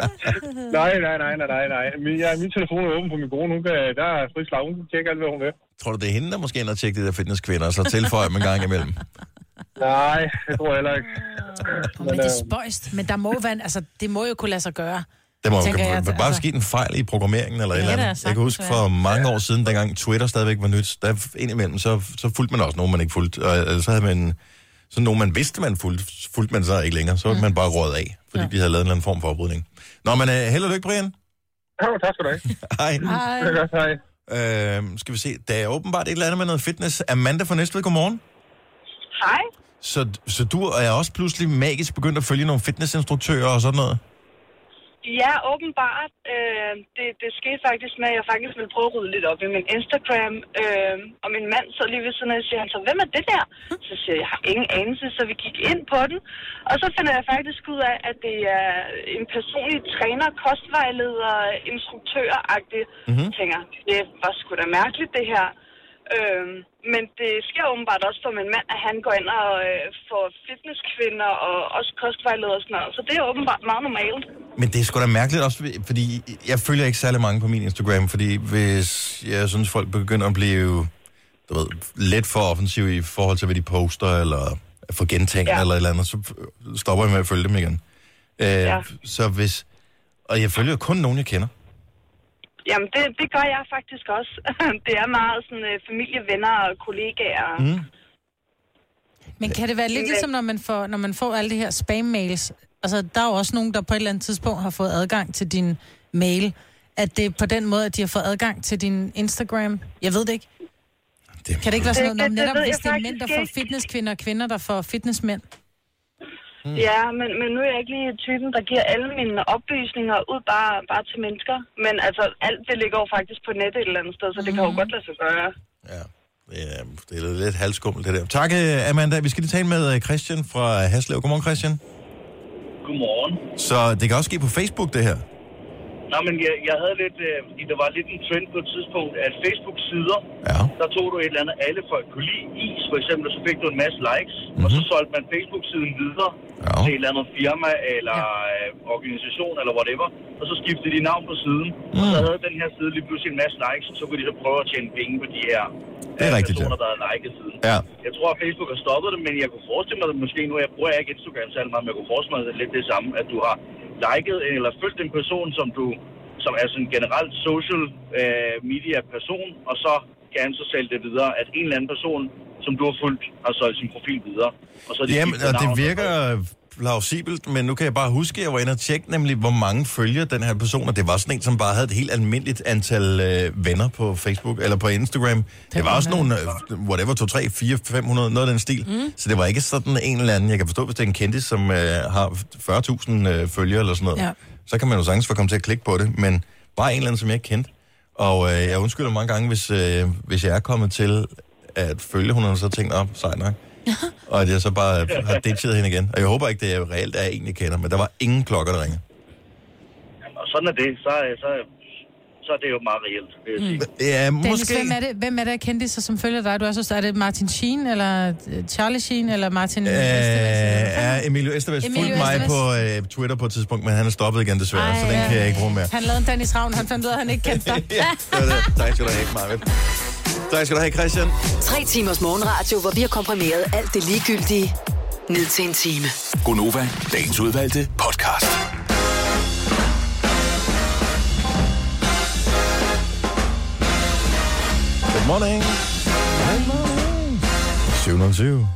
S7: Nej. Min telefon er åben på min kone. Der er fri slag. Hun kan tjekke alt, hvad hun vil.
S1: Tror du, det er hende, der måske ender at tjekke de der fitnesskvinder, og så tilføjer dem en gang imellem?
S7: Nej, det tror jeg heller ikke.
S2: Men det er spøjst. Men der må være, altså, det må jo kunne lade sig gøre.
S1: Det må bare ske en fejl i programmeringen eller et eller andet. Jeg kan huske for mange år siden, dengang Twitter stadigvæk var nyt, der indimellem, så fulgte man også nogen, man ikke fulgte. Og så havde man sådan nogen, man vidste, man fulgte man så ikke længere. Så var man bare rådet af, fordi de havde lavet en eller anden form for oprydning. Nå, men held og lykke, Brian.
S7: Ja, tak skal du have.
S1: Hej. Skal vi se, der er åbenbart et eller andet med noget fitness. Amanda fra Næstved, godmorgen.
S8: Hej.
S1: Så du er også pludselig magisk begyndt at følge nogle fitnessinstruktører og sådan noget?
S8: Ja, åbenbart. Det skete faktisk med, at jeg faktisk ville prøve at rydde lidt op i min Instagram. Og min mand så lige ved sådan noget, og siger han så, hvem er det der? Så siger jeg har ingen anelse, så vi gik ind på den. Og så finder jeg faktisk ud af, at det er en personlig træner, kostvejleder, instruktør-agtig. Tænker, det var sgu da mærkeligt det her. Men det sker åbenbart også for min mand, at han går ind og får fitnesskvinder og også kostvejleder og sådan noget. Så det er åbenbart meget normalt.
S1: Men det er sgu da mærkeligt også, fordi jeg følger ikke særlig mange på min Instagram, fordi hvis jeg synes, folk begynder at blive lidt for offensive i forhold til, hvad de poster, eller for gentagende eller et eller andet, så stopper jeg med at følge dem igen. Så og jeg følger kun nogen, jeg kender.
S8: Jamen, det gør jeg faktisk også. Det er meget sådan familie, venner og kollegaer.
S2: Men kan det være lidt ligesom, når man får alle de her spam-mails? Altså, der er jo også nogen, der på et eller andet tidspunkt har fået adgang til din mail. At det er på den måde, at de har fået adgang til din Instagram? Jeg ved det ikke. Kan det ikke være sådan noget, netop hvis det er mænd, der får fitnesskvinder, og kvinder, der får fitnessmænd?
S8: Ja, men nu er jeg ikke lige typen, der giver alle mine oplysninger ud bare til mennesker. Men altså, alt det ligger jo faktisk på nettet et eller andet sted, så det kan jo godt lade sig gøre.
S1: Ja, det er lidt halvskummelt, det der. Tak, Amanda. Vi skal lige tale med Christian fra Haslev. Godmorgen, Christian.
S9: Godmorgen.
S1: Så det kan også ske på Facebook, det her?
S9: Nå, men jeg havde lidt, fordi der var lidt en trend på et tidspunkt, at Facebook-sider, der tog du et eller andet, alle folk kunne lide is, for eksempel, og så fik du en masse likes, og så solgte man Facebook-siden videre til et eller andet firma, eller organisation, eller whatever, og så skiftede de navn på siden, og så havde den her side lige pludselig en masse likes, og så kunne de så prøve at tjene penge på de her personer, der havde liket siden.
S1: Ja.
S9: Jeg tror, at Facebook har stoppet det, men jeg kunne forestille mig, at måske nu, jeg bruger ikke Instagram særlig meget, men jeg kunne forestille mig lidt det samme, at du har liket eller følgt en person, som er sådan en generelt social media person, og så gerne så sælge det videre, at en eller anden person, som du har fulgt, har solgt sin profil videre. Og så
S1: jamen, og det virker plausibelt, men nu kan jeg bare huske, at jeg var inde og tjekke nemlig, hvor mange følger den her person, og det var sådan en, som bare havde et helt almindeligt antal venner på Facebook, eller på Instagram. Det var også nogle, whatever, 2, 3, 4, 500, noget af den stil. Så det var ikke sådan en eller anden, jeg kan forstå, hvis det er en kendis, som har 40.000 følgere eller sådan noget. Ja. Så kan man jo sagtens få komme til at klikke på det, men bare en eller anden, som jeg ikke kendte. Og jeg undskylder mange gange, hvis jeg er kommet til at følge, hun har så tænkt op, sej nok. Og at jeg så bare har ditchet hende igen. Og jeg håber ikke, det er reelt, at jeg egentlig kender, men der var ingen klokker, der ringede.
S9: Jamen, og sådan er det. Så er det jo meget reelt, vil jeg sige.
S1: Ja,
S2: Dennis, hvem er det, kendte som følger dig? Du er så, er det Martin Sheen, eller Charlie Sheen, eller Martin Esteves?
S1: Emilio Esteves fulgte mig på Twitter på et tidspunkt, men han er stoppet igen desværre, så den kan jeg ikke bruge mere.
S2: Han lavede en Dennis Ravn, han fandt ud af, at han ikke kendte dig.
S1: Ja, det var det. Tak skal du have, Marvind. Tak skal du have, Christian.
S6: 3 timers morgenradio, hvor vi har komprimeret alt det ligegyldige ned til en time.
S4: Gonova, dagens udvalgte podcast.
S1: Good morning. Good morning. 707.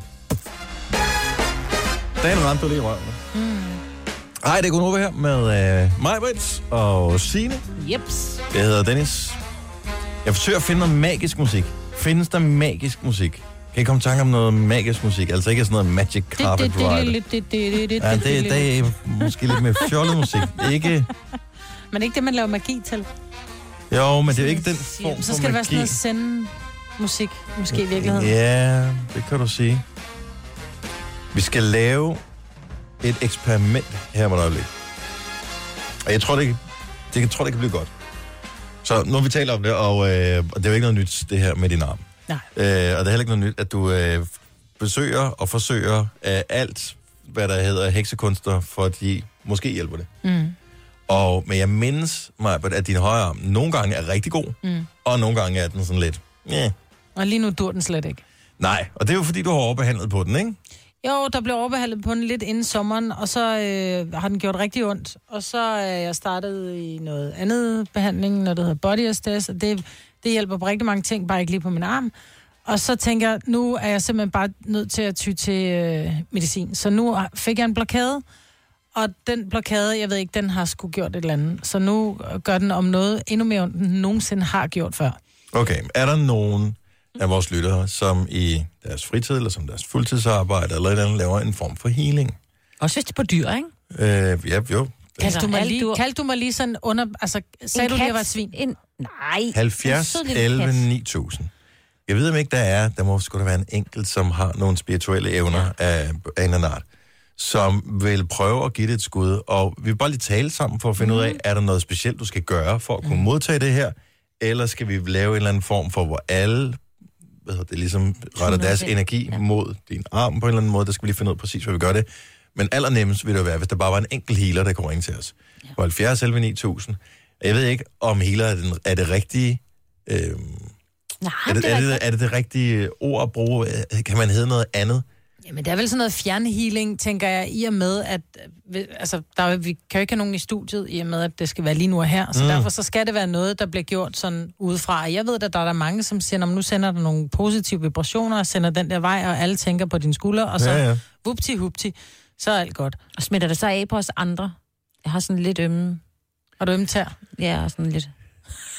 S1: Dagen ramte du lige i røven. Hej, det er Gunova her med mig, Brits og Signe.
S3: Jeps.
S1: Jeg hedder Dennis. Jeg forsøger at finde noget magisk musik. Findes der magisk musik? Kan I komme i tanke om noget magisk musik? Altså ikke sådan noget Magic Carpet Ride. Ja, det er måske lidt mere fjollet musik. Ikke...
S2: Men ikke det, man laver magi til.
S1: Jo, men det er jo ikke den form for
S2: Så skal det være sådan noget send-musik, måske i virkeligheden.
S1: Ja, det kan du sige. Vi skal lave et eksperiment her om et øjeblik. Og jeg tror, det kan blive godt. Så nu vi taler om det, og det er jo ikke noget nyt, det her med din arm.
S2: Nej.
S1: Og det er heller ikke noget nyt, at du besøger og forsøger alt, hvad der hedder heksekunster, fordi måske hjælper det. Men jeg mindes mig, at din højre arm nogle gange er rigtig god, og nogle gange er den sådan lidt... Yeah.
S2: Og lige nu dur den slet ikke.
S1: Nej, og det er jo fordi, du har overbehandlet på den, ikke?
S2: Jo, der blev overbehandlet på den lidt inden sommeren, og så har den gjort rigtig ondt. Og så er jeg startet i noget andet behandling, når det hedder body test, og det hjælper på rigtig mange ting, bare ikke lige på min arm. Og så tænker jeg, nu er jeg simpelthen bare nødt til at ty til medicin. Så nu fik jeg en blokade, og den blokade, jeg ved ikke, den har sgu gjort et eller andet. Så nu gør den om noget endnu mere ondt, end den nogensinde har gjort før.
S1: Okay, er der nogen af vores lyttere, som i deres fritid, eller som deres fuldtidsarbejde, eller et eller andet, laver en form for healing?
S3: Også hvis det er på dyr, ikke?
S1: Ja, jo.
S2: Kaldte du mig lige sådan under... Altså, sagde du lige, at jeg var et svin?
S3: Nej.
S1: 70, 11, 9000. Jeg ved ikke, der må sgu da være en enkelt, som har nogle spirituelle evner af en eller anden art, som vil prøve at give det et skud, og vi vil bare lige tale sammen for at finde ud af, er der noget specielt, du skal gøre for at kunne modtage det her, eller skal vi lave en eller anden form for, hvor alle ligesom retter deres energi mod din arm på en eller anden måde, der skal vi lige finde ud af præcis, hvad vi gør det. Men allernemmest vil det være, hvis der bare var en enkelt healer, der kunne ringe til os. På 70 11 9000. Jeg ved ikke, om healer er det rigtige... Er det rigtige ord at bruge? Kan man hedde noget andet?
S2: Jamen, det er vel sådan noget fjernhealing, tænker jeg, i og med, at altså, vi kan jo ikke have nogen i studiet, i og med, at det skal være lige nu og her. Så derfor så skal det være noget, der bliver gjort sådan udefra. Jeg ved, at der er mange, som siger, nu sender der nogle positive vibrationer, og sender den der vej, og alle tænker på dine skuldre, og så vupti-hupti, så er alt godt.
S3: Og smitter det så af på os andre? Jeg har sådan lidt ømme...
S2: Har du ømme tær?
S3: Ja, sådan lidt...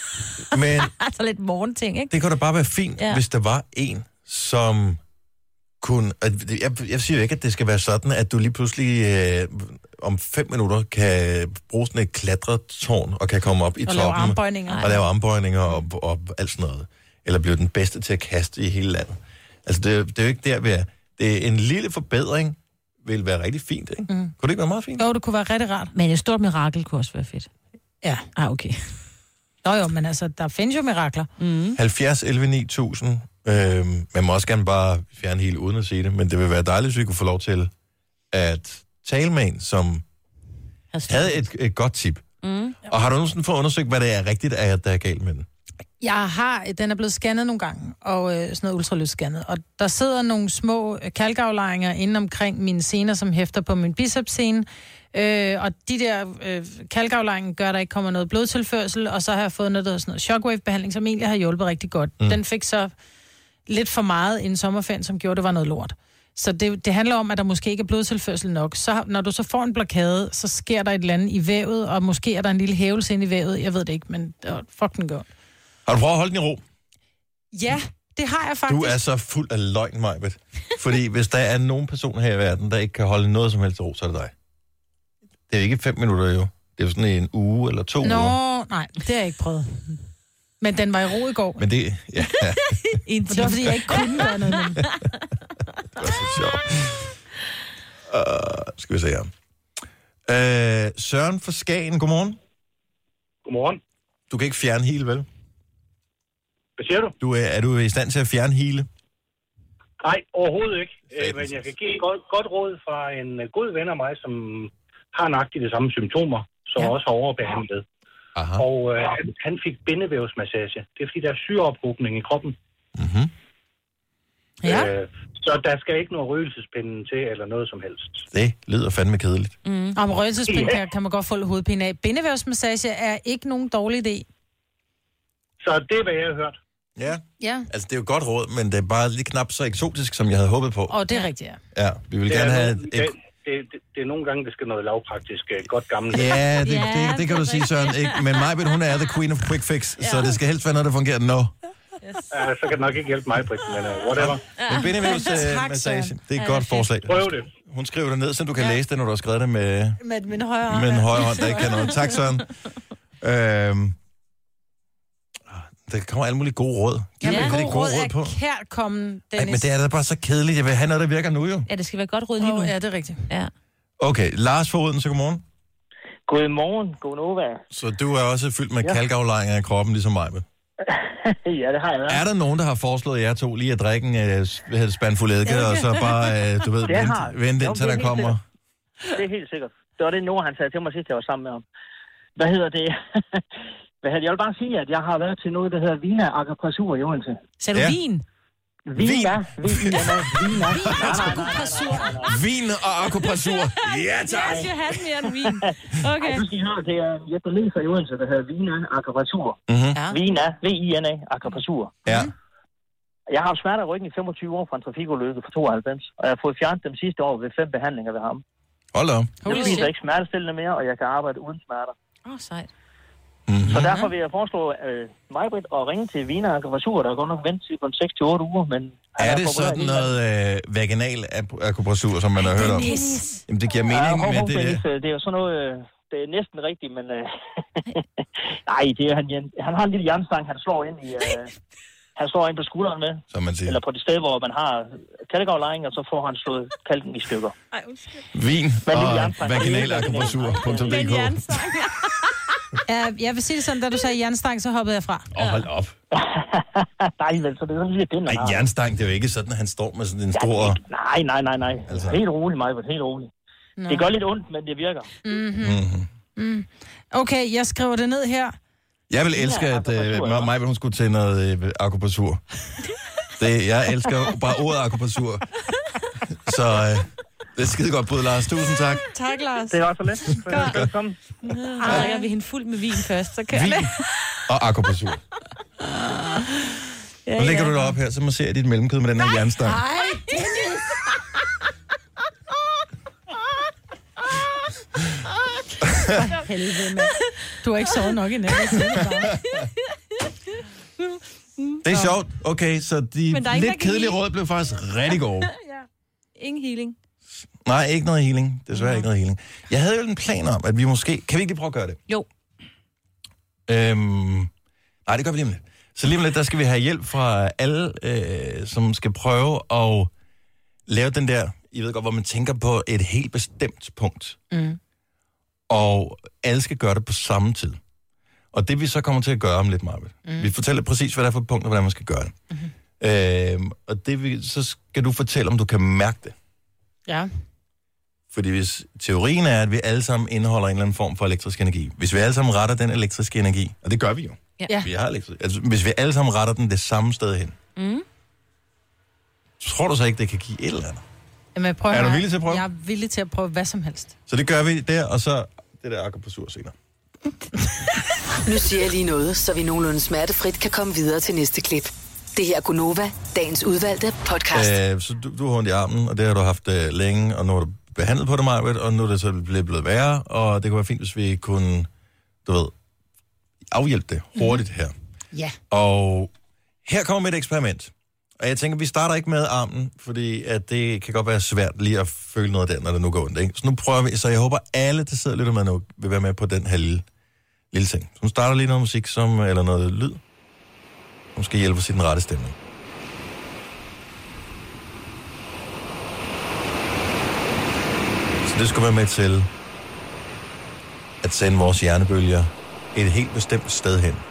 S1: Men
S3: altså lidt morgenting, ikke?
S1: Det kunne da bare være fint, hvis der var en, som Jeg siger jo ikke, at det skal være sådan, at du lige pludselig om 5 minutter kan bruge sådan et klatretårn og kan komme op i toppen. Og lave armbøjninger og alt sådan noget. Eller blive den bedste til at kaste i hele landet. Altså, det er jo ikke der, vi er. Det er en lille forbedring, vil være rigtig fint, ikke? Kunne det ikke være meget fint?
S2: Jo, det kunne være rigtig rart.
S3: Men et stort mirakel kunne også være fedt.
S2: Ja.
S3: Okay.
S2: Jo, men altså, der findes jo mirakler.
S1: 70, 11, 9000. Man må også gerne bare fjerne helt uden at sige det, men det vil være dejligt, hvis vi kunne få lov til at tale med en, som havde et godt tip. Og har du nogensinde fået undersøgt, hvad det er rigtigt, at der er galt med den?
S2: Den er blevet scannet nogle gange, og sådan noget ultralydsscannet. Og der sidder nogle små kalkaflejringer inde omkring mine sener, som hæfter på min bicepsscene. Og de der kalkaflejringer gør, der ikke kommer noget blodtilførsel, og så har jeg fået noget shockwave-behandling, som egentlig har hjulpet rigtig godt. Den fik så lidt for meget inden sommerferien, som gjorde, det var noget lort. Så det handler om, at der måske ikke er blodtilførsel nok. Så når du så får en blokade, så sker der et eller andet i vævet, og måske er der en lille hævelse ind i vævet. Jeg ved det ikke, men fuck den gør.
S1: Har du prøvet at holde den i ro?
S2: Ja, det har jeg faktisk.
S1: Du er så fuld af løgn, Majbet. Fordi hvis der er nogen person her i verden, der ikke kan holde noget som helst i ro, så er det dig. Det er jo ikke 5 minutter, jo. Det er jo sådan en uge eller 2 uger.
S2: Nej, det har jeg ikke prøvet. Men den var i ro i går.
S1: Men det... Ja.
S2: Det var, fordi jeg ikke kunne være noget. Men...
S1: Det var så sjovt. Skal vi se her. Søren fra Skagen, godmorgen.
S9: Godmorgen.
S1: Du kan ikke fjerne hele, vel?
S9: Hvad siger du?
S1: Er du i stand til at fjerne hele?
S9: Nej, overhovedet ikke. Men jeg kan give et godt råd fra en god ven af mig, som har nøjagtigt de samme symptomer, som også har overbehandlet.
S1: Aha.
S9: Og han fik bindevævsmassage. Det er fordi, der er syreophobning i kroppen.
S1: Mhm.
S2: Ja.
S9: Så der skal ikke noget røgelsespinden til, eller noget som helst.
S1: Det lyder fandme kedeligt.
S2: Om røgelsespind kan man godt få hovedpine af. Bindevævsmassage er ikke nogen dårlig idé.
S9: Så det er, hvad jeg har hørt.
S2: Ja.
S1: Altså, det er jo godt råd, men det er bare lige knap så eksotisk, som jeg havde håbet på.
S2: Og det er rigtigt,
S1: Ja, vi vil gerne have...
S9: Det er nogle gange, det skal noget lavpraktisk, godt gammelt.
S1: Ja, det kan du sige, Søren. Ikke? Men Majbet, hun er the queen of quick fix, så det skal helst være noget, der fungerer nu.
S9: Så kan det nok ikke hjælpe mig, Britt, men whatever.
S1: En bindevævsmassage, det er et godt forslag.
S9: Prøv det.
S1: Hun skriver det ned, så du kan læse det, når du har skrevet det med
S2: min højre hånd.
S1: Med en højre hånd, der ikke kan noget. Tak, Søren. Der kommer alle mulige gode råd.
S2: Gode råd er kærkommen, Dennis.
S1: Men det er da bare så kedeligt. Jeg vil have noget, der virker nu, jo.
S3: Ja, det skal være godt råd lige nu.
S2: Ja, det er rigtigt.
S3: Ja.
S1: Okay, Lars fra Odense, godmorgen.
S10: Godmorgen, godnova.
S1: Så du er også fyldt med kalkaflejringer i kroppen, ligesom mig, med?
S10: Ja, det har jeg.
S1: Er der nogen, der har foreslået jer to lige at drikke en spandfuld eddike, og så bare, du ved, vente indtil der kommer?
S10: Det er helt sikkert. Det var det, Nora han sagde til mig sidst, jeg var sammen med ham. Hvad hedder det? Jeg vil bare sige, at jeg har været til noget, der hedder Vina Akupressur i Odense.
S3: Sagde du vin?
S10: Vina.
S1: Vin og akupressur. Ja, tak.
S3: Jeg skal have mere end vin. Okay.
S10: Du skal høre, det er japaneser i Odense, der hedder Vina Akupressur. Vina, V-I-N-A, Akupressur.
S1: Ja.
S10: Jeg har haft smerter i ryggen i 25 år fra en trafikulykke fra 92, og jeg har fået fjernet dem sidste år ved 5 behandlinger ved ham.
S1: Hold op.
S10: Jeg spiser ikke smertestillende mere, og jeg kan arbejde uden smerter.
S3: Sejt.
S10: Så derfor vil jeg foreslå Majbrit at ringe til Vina Akupressur, der er godt nok ventet på 6-8 uger, men...
S1: Er det sådan noget vaginal akupressur, som man har hørt om? Jamen, det giver mening med det der.
S10: Det er jo sådan noget... Det er næsten rigtigt, men... Nej, det er han har en lille jernstang, han slår ind i... Han slår ind på skulderen med.
S1: Som man siger.
S10: Eller på det sted, hvor man har kalkaflejring, og så får han slået kalken i stykker.
S1: Vin og vaginal akupressur.dk.
S2: Jeg vil sige det sådan, da du sagde jernstang, så hoppede jeg fra.
S1: Hold op.
S10: Nej, vel, så det er sådan lidt den,
S1: Nej, jernstang, det er jo ikke sådan, at han står med sådan en stor...
S10: Nej. Altså. Helt roligt, Majbert, helt roligt. Nå. Det gør lidt ondt, men det virker.
S2: Okay, jeg skriver det ned her.
S1: Jeg vil elske, at Majbert, hun skulle til noget akupressur. Jeg elsker bare ordet akupressur. Så... Det er skide godt bud, Lars. Tusind tak.
S2: Tak, Lars.
S10: Det var så let. Velkommen.
S3: Jeg vil hende fuld med vin først, så kan
S1: vin
S3: jeg
S1: og akupressur. Nu lægger du det op her, så må se dit mellemkød med den her jernstang.
S2: Nej, Dennis. For helvede, mand. Du har ikke sovet nok i nat.
S1: Det er sjovt. Okay, så de lidt kedelige råd blev faktisk rigtig gode.
S3: Ingen healing.
S1: Nej, ikke noget healing. Desværre ikke noget healing. Jeg havde jo en plan om, at vi måske... Kan vi ikke lige prøve at gøre det?
S3: Jo.
S1: Nej, det gør vi lige om lidt. Så lige om lidt, der skal vi have hjælp fra alle, som skal prøve at lave den der... I ved godt, hvor man tænker på et helt bestemt punkt. Og alle skal gøre det på samme tid. Og det vi så kommer til at gøre om lidt, Marvitt. Vi fortæller præcis, hvad der er for punkt, og hvordan man skal gøre det. Og så skal du fortælle, om du kan mærke det.
S2: Ja.
S1: Fordi hvis teorien er, at vi alle sammen indeholder en eller anden form for elektrisk energi. Hvis vi alle sammen retter den elektriske energi, og det gør vi jo.
S3: Ja.
S1: Vi har elektrisk, altså, hvis vi alle sammen retter den det samme sted hen, så tror du så ikke, det kan give et eller andet?
S2: Jamen,
S1: er du villig til at prøve?
S2: Jeg er villig til at prøve hvad som helst.
S1: Så det gør vi der, og så det der akupressur senere.
S6: Nu siger jeg lige noget, så vi nogenlunde smertefrit kan komme videre til næste klip. Det her er Gunova, dagens udvalgte podcast.
S1: Så du har ondt i armen, og det har du haft længe, og nu har du behandlet på det, Marvitt, og nu er det så blevet værre, og det kunne være fint, hvis vi kunne, afhjælpe det hurtigt her.
S2: Ja.
S1: Og her kommer et eksperiment. Og jeg tænker, vi starter ikke med armen, fordi at det kan godt være svært lige at føle noget der, når det nu går ondt, ikke? Så nu prøver vi, så jeg håber, alle, der sidder lidt med nu, vil være med på den her lille ting. Så nu starter lige noget musik, eller noget lyd, som skal hjælpe os i den rette stemning. Så det skal være med til at sende vores hjernebølger et helt bestemt sted hen.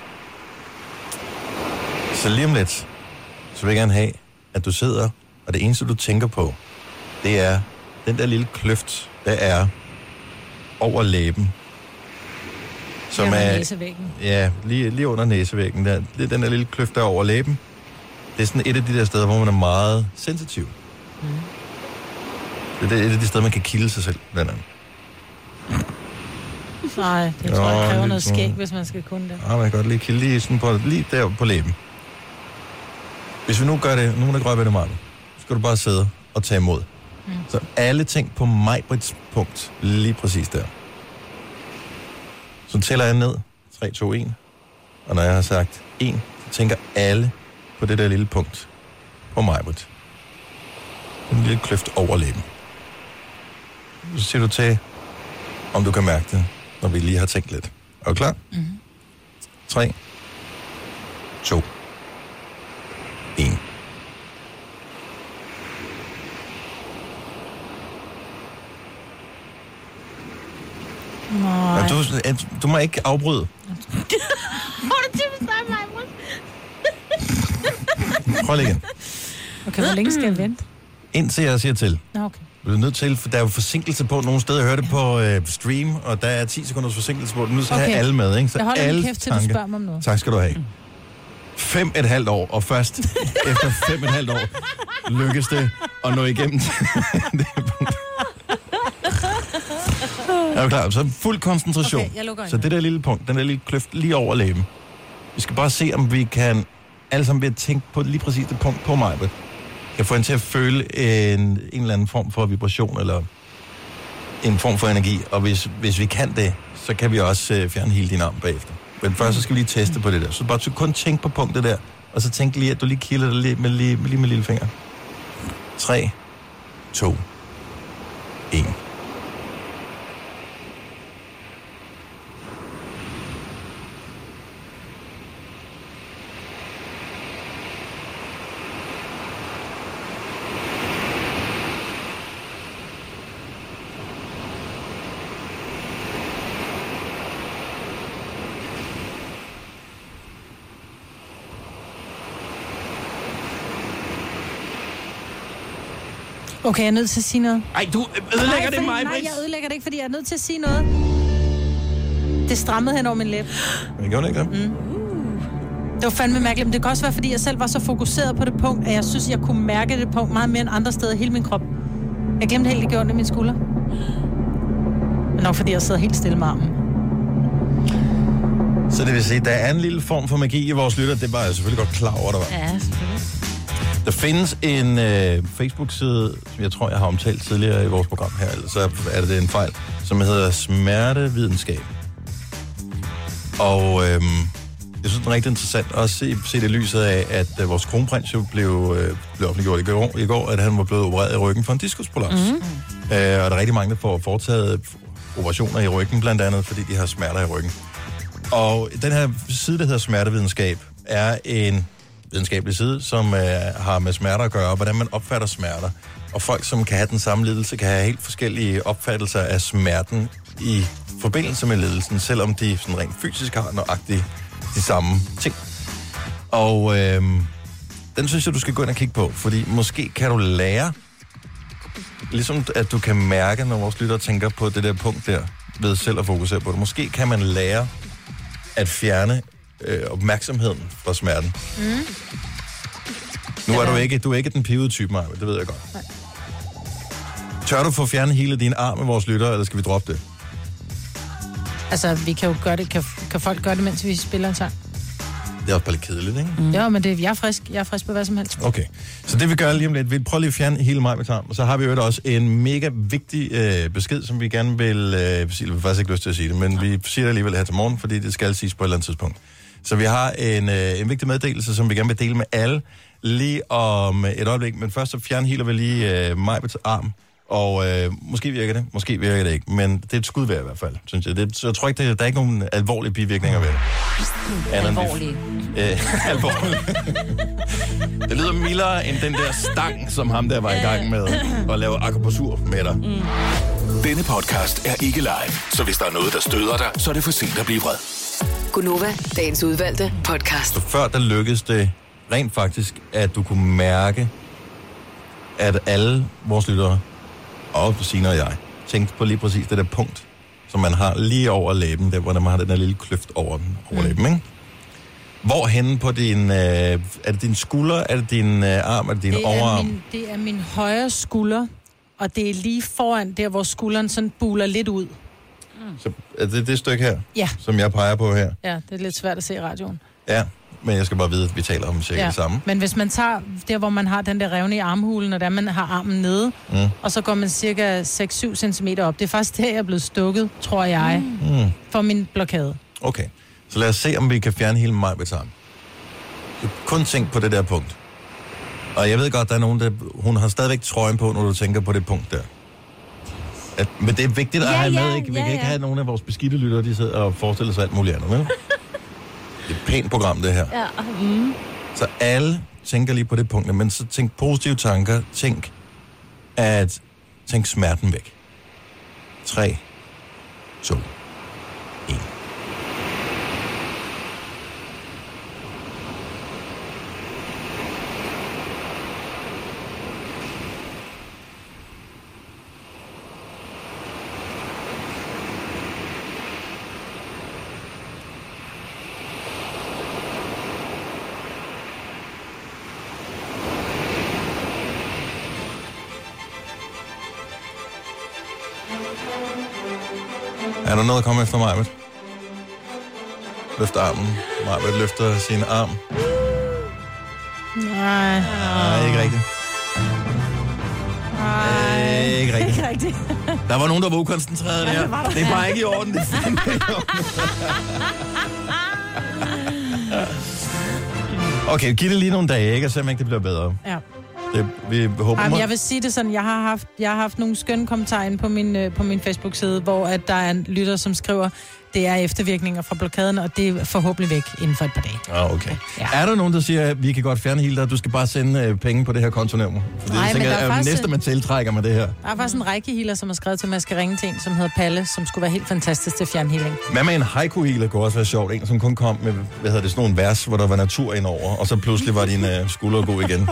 S1: Så lige om lidt, så vil jeg gerne have, at du sidder, og det eneste, du tænker på, det er den der lille kløft, der er over læben. Som
S2: under
S1: er
S2: næsevæggen.
S1: Ja, lige under næsevæggen. Det er den der lille kløft, der er over læben. Det er sådan et af de der steder, hvor man er meget sensitiv. Det er et af de steder, man kan kilde sig selv, blandt andet.
S2: Nej, jeg tror, det kræver noget skæg, hvis man skal kunne det.
S1: Ja, man kan godt lige kilde lige der på læben. Hvis vi nu gør det, nu må det røre ved det meget, så skal du bare sidde og tage imod. Så alle ting på Maj-Brits punkt, lige præcis der. Så tæller jeg ned, 3, 2, 1. Og når jeg har sagt 1, så tænker alle på det der lille punkt på Maj-Brit. En lille kløft over læben. Så siger du til, om du kan mærke det, når vi lige har tænkt lidt. Er du klar? 3, 2, 1.
S2: Nej.
S1: Du må ikke afbryde.
S3: Hvor er det typisk dig, Maj-Brit?
S1: Prøv lige igen.
S2: Okay, hvor længe skal jeg vente?
S1: Indtil jeg siger til.
S2: Okay.
S1: Du er nødt til, for der er jo forsinkelse på nogle steder. Jeg hørte det på stream, og der er 10 sekunders forsinkelse på. Du er nødt til at have alle med, ikke? Så
S2: jeg holder
S1: alle
S2: min kæft til, du spørger mig om noget.
S1: Tak skal du have. 5,5 år, og først efter 5,5 år lykkes det at nå igennem det punkt. Er du klar? Så fuld koncentration.
S2: Okay, jeg lukker
S1: så det der lille punkt, den der lille kløft lige over læben. Vi skal bare se, om vi kan alle sammen ved at tænke på lige præcis det punkt på mig. Kan få en til at føle en eller anden form for vibration, eller en form for energi. Og hvis vi kan det, så kan vi også fjerne hele din arm bagefter. Men først så skal vi lige teste på det der. Så bare kun tænk på punktet der, og så tænk lige, at du lige kilder det lige med lille finger. 3, 2, 1.
S2: Okay, jeg er nødt til at sige noget.
S1: Ej, du ødelægger det mig,
S2: Nej, jeg ødelægger det ikke, fordi jeg er nødt til at sige noget. Det strammede hen over min læb.
S1: Men gjorde det ikke det?
S2: Det var fandme mærkeligt, men det kan også være, fordi jeg selv var så fokuseret på det punkt, at jeg synes, jeg kunne mærke det punkt meget mere end andre steder i hele min krop. Jeg glemte helt, det gjorde ondt i mine skuldre. Men nok fordi jeg sidder helt stille med armen.
S1: Så det vil sige, der er en lille form for magi i vores lytter. Det var jeg selvfølgelig godt klar over, der var.
S3: Ja, selvfølgelig.
S1: Der findes en Facebook-side, som jeg tror, jeg har omtalt tidligere i vores program her, eller så er det en fejl, som hedder Smertevidenskab. Og jeg synes, det er rigtig interessant også se det i lyset af, at vores kronprins jo blev offentliggjort i går, at han var blevet opereret i ryggen for en diskusprolaps. Og der er rigtig mange, der får foretaget operationer i ryggen, blandt andet, fordi de har smerter i ryggen. Og den her side, der hedder smertevidenskab, er en videnskabelig side, som har med smerter at gøre, hvordan man opfatter smerter. Og folk, som kan have den samme lidelse, kan have helt forskellige opfattelser af smerten i forbindelse med lidelsen, selvom de sådan rent fysisk har nøjagtigt de samme ting. Og den synes jeg, du skal gå ind og kigge på, fordi måske kan du lære, ligesom at du kan mærke, når vores lyttere tænker på det der punkt der, ved selv at fokusere på det. Måske kan man lære at fjerne opmærksomheden fra smerten. Nu er du er ikke den pivede type, Maja, det ved jeg godt. Nej. Tør du få fjernet hele din arm med vores lyttere, eller skal vi droppe det?
S2: Altså, vi kan jo gøre det. Kan folk gøre det, mens vi spiller en sang?
S1: Det er også bare lidt kedeligt, ikke?
S2: Ja, men jeg er frisk. Jeg er frisk på hvad som helst.
S1: Okay. Så det vi gør lige om lidt, vi prøver lige at fjerne hele mig med tarm. Og så har vi jo også en mega vigtig besked, som vi gerne vil sige. Vi har faktisk ikke lyst til at sige det, men vi siger det alligevel her til morgen, fordi det skal siges på et eller andet tidspunkt. Så vi har en vigtig meddelelse, som vi gerne vil dele med alle lige om et øjeblik. Men først så fjerner vi lige mig med arm. Og måske virker det, måske virker det ikke, men det er et skud værd i hvert fald, synes jeg. Så jeg tror ikke, der er ikke nogen alvorlige bivirkninger ved det.
S3: Alvorlige.
S1: Alvorlige. Det lyder mildere end den der stang, som ham der var i gang med at lave akupunktur med dig.
S4: Denne podcast er ikke live, så hvis der er noget, der støder dig, så er det for sent at blive vred.
S6: Gunova, dagens udvalgte podcast.
S1: Så før der lykkedes det rent faktisk, at du kunne mærke, at alle vores lyttere, og Signe og jeg, tænkte på lige præcis det der punkt, som man har lige over læben, der hvor man har den der lille kløft over læben, ikke? Hvor henne på din... er det din skulder, er det din arm, er det din overarm?
S2: Det er min højre skulder, og det er lige foran der, hvor skulderen sådan buler lidt ud.
S1: Så er det stykke her,
S2: ja,
S1: som jeg peger på her?
S2: Ja, det er lidt svært at se i radioen.
S1: Ja, men jeg skal bare vide, at vi taler om cirka det samme.
S2: Men hvis man tager der, hvor man har den der revne i armhulen, og der man har armen nede, og så går man cirka 6-7 cm op. Det er faktisk der, jeg er blevet stukket, tror jeg, for min blokade.
S1: Okay, så lad os se, om vi kan fjerne hele mig med sammen. Kun tænk på det der punkt. Og jeg ved godt, der er nogen, der... Hun har stadigvæk trøjen på, når du tænker på det punkt der. Men det er vigtigt at have med, ikke? Vi kan ikke have nogen af vores beskidte lyttere, de sidder og forestiller sig alt muligt andet, vel? Det er et pænt program, det her.
S3: Ja.
S1: Så alle tænker lige på det punkt, men så tænk positive tanker. Tænk smerten væk. 3, 2, 1. Er der noget at komme efter mig? Løft armen. Marbet løfter sin arm.
S2: Nej,
S1: ikke rigtigt.
S2: Nej,
S1: ikke rigtigt.
S2: Ikke rigtigt.
S1: Der var nogen, der var ukoncentreret der. Det er bare ikke i orden. Det er fandme ikke i orden. Okay, giv det lige nogle dage, ikke? Og se om ikke det bliver bedre.
S2: Ja.
S1: Vi håber,
S2: jeg vil sige det sådan, jeg har haft nogle skønne kommentarer inde på min Facebook-side, hvor at der er en lytter, som skriver, det er eftervirkninger fra blokaden, og det er forhåbentlig væk inden for et par dage.
S1: Okay. Ja. Er der nogen, der siger, at vi kan godt fjerne hele dig, du skal bare sende penge på det her kontonummer? Fordi jeg tænker, at næste man tiltrækker med det her. Der
S2: er faktisk en rækkehealer, som har skrevet til mig, at jeg skal ringe til en, som hedder Palle, som skulle være helt fantastisk til fjernhealing.
S1: Hvad med en haiku-healer kunne også være sjovt? En, som kun kom med, sådan nogle vers, hvor der var natur indover, og så pludselig var dine skuldre god igen.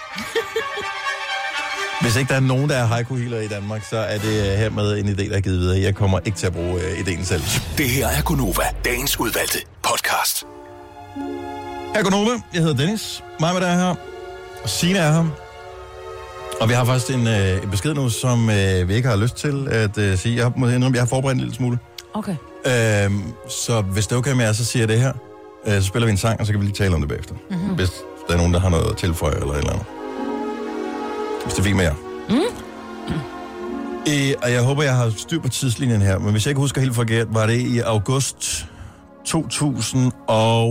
S1: Hvis ikke der er nogen, der er haiku-healer i Danmark, så er det hermed en idé, der er givet videre. Jeg kommer ikke til at bruge idéen selv.
S4: Det her er Gunova, dagens udvalgte podcast.
S1: Her er Gunova. Jeg hedder Dennis. Mig med der er her. Og Signe er her. Og vi har faktisk en besked nu, som vi ikke har lyst til at sige. Jeg har forberedt en lille smule.
S3: Okay.
S1: Så hvis det er okay med jer, så siger jeg det her. Så spiller vi en sang, og så kan vi lige tale om det bagefter. Mm-hmm. Hvis der er nogen, der har noget at tilføje eller et eller andet. Hvis det fik med jer. Og jeg håber, jeg har styr på tidslinjen her, men hvis jeg ikke husker helt forkert, var det i august 2013,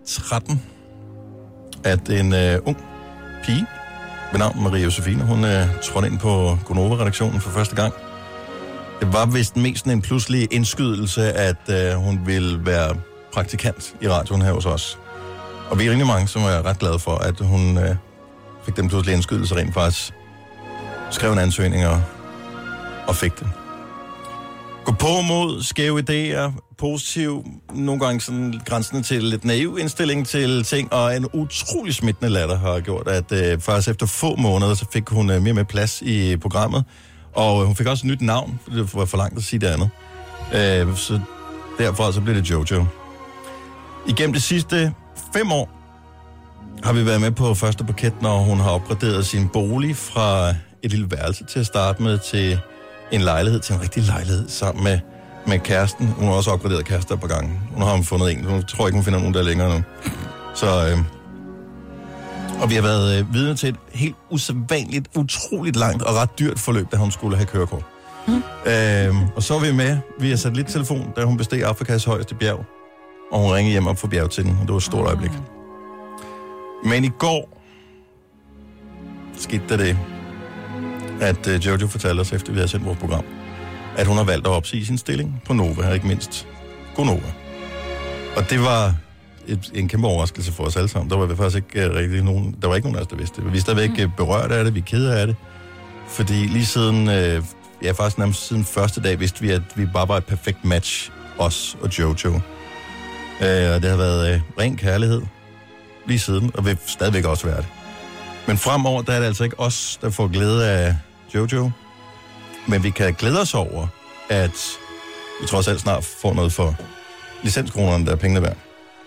S1: 2013, at en ung pige ved navn Maria Josefine, hun trådte ind på Gonova-redaktionen for første gang. Det var vist mest en pludselig indskydelse, at hun ville være praktikant i radioen her hos os. Og vi er rimelig mange, som er ret glade for, at hun fik den pludselig indskydelse rent faktisk. Skrev en ansøgning og fik det. Gå på mod skæve idéer, positiv, nogle gange sådan grænsende til lidt naiv indstilling til ting, og en utrolig smittende latter har gjort, at faktisk efter få måneder, så fik hun mere med plads i programmet, og hun fik også et nyt navn, for det var for langt at sige det andet. Så derfor så blev det Jojo. Igennem de sidste 5 år har vi været med på første parket, når hun har opgraderet sin bolig fra et lille værelse til at starte med til en lejlighed, til en rigtig lejlighed sammen med kæresten. Hun har også opgraderet kærester et par gange. Hun har fundet en. Hun tror ikke, hun finder nogen, der er længere nu. Så, og vi har været vidne til et helt usædvanligt, utroligt langt og ret dyrt forløb, da hun skulle have kørekort. Og så er vi med via satellittelefon, da hun besteg Afrikas højeste bjerg. Og hun ringede hjem op for bjerget til den, og det var et stort øjeblik. Men i går skete der det, at Jojo fortalte os, efter vi havde sendt vores program, at hun har valgt at opsige sin stilling på Nova, og ikke mindst Gonova. Og det var en kæmpe overraskelse for os alle sammen. Der var faktisk ikke rigtig nogen, der var ikke nogen af os, der vidste det. Vi er stadigvæk berørt af det, vi er kede af det. Fordi lige siden, faktisk nærmest siden første dag, vidste vi, at vi bare var et perfekt match, os og Jojo. Og det har været ren kærlighed lige siden, og vil stadigvæk også være det. Men fremover, der er det altså ikke os, der får glæde af Jojo. Men vi kan glæde os over, at vi trods alt snart får noget for licenskronerne, der er pengene værd.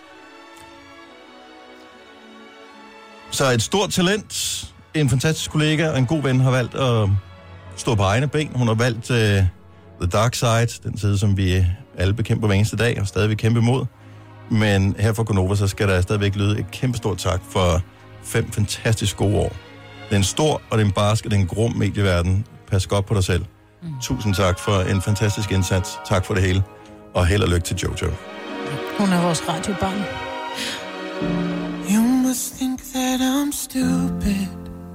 S1: Så et stort talent, en fantastisk kollega og en god ven har valgt at stå på egne ben. Hun har valgt The Dark Side, den side, som vi alle bekæmper hver eneste dag og stadig kæmpe imod. Men her for Gonova, så skal der stadigvæk lyde et kæmpe stort tak for 5 fantastisk gode år. Det er en stor, og det er en barsk, og det er en grum medieverden. Pas godt på dig selv. Tusind tak for en fantastisk indsats. Tak for det hele. Og held og lykke til Jojo.
S2: Hun er vores radiobarn.
S11: You must think that I'm stupid.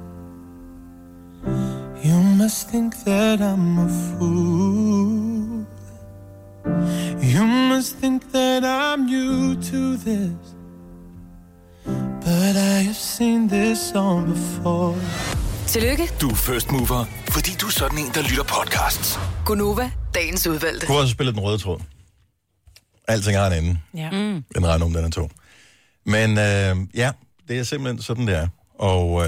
S11: You must think that I'm a fool. You must think that I'm new to this. But I have seen this song before.
S6: Tillykke.
S4: Du er first mover, fordi du er sådan en, der lytter podcasts.
S6: Gonova, dagens udvalgte.
S1: Du har også spillet den røde tråd. Alting har en ende.
S2: Ja.
S1: Den regner om, den er 2. Men ja, det er simpelthen sådan, det er. Og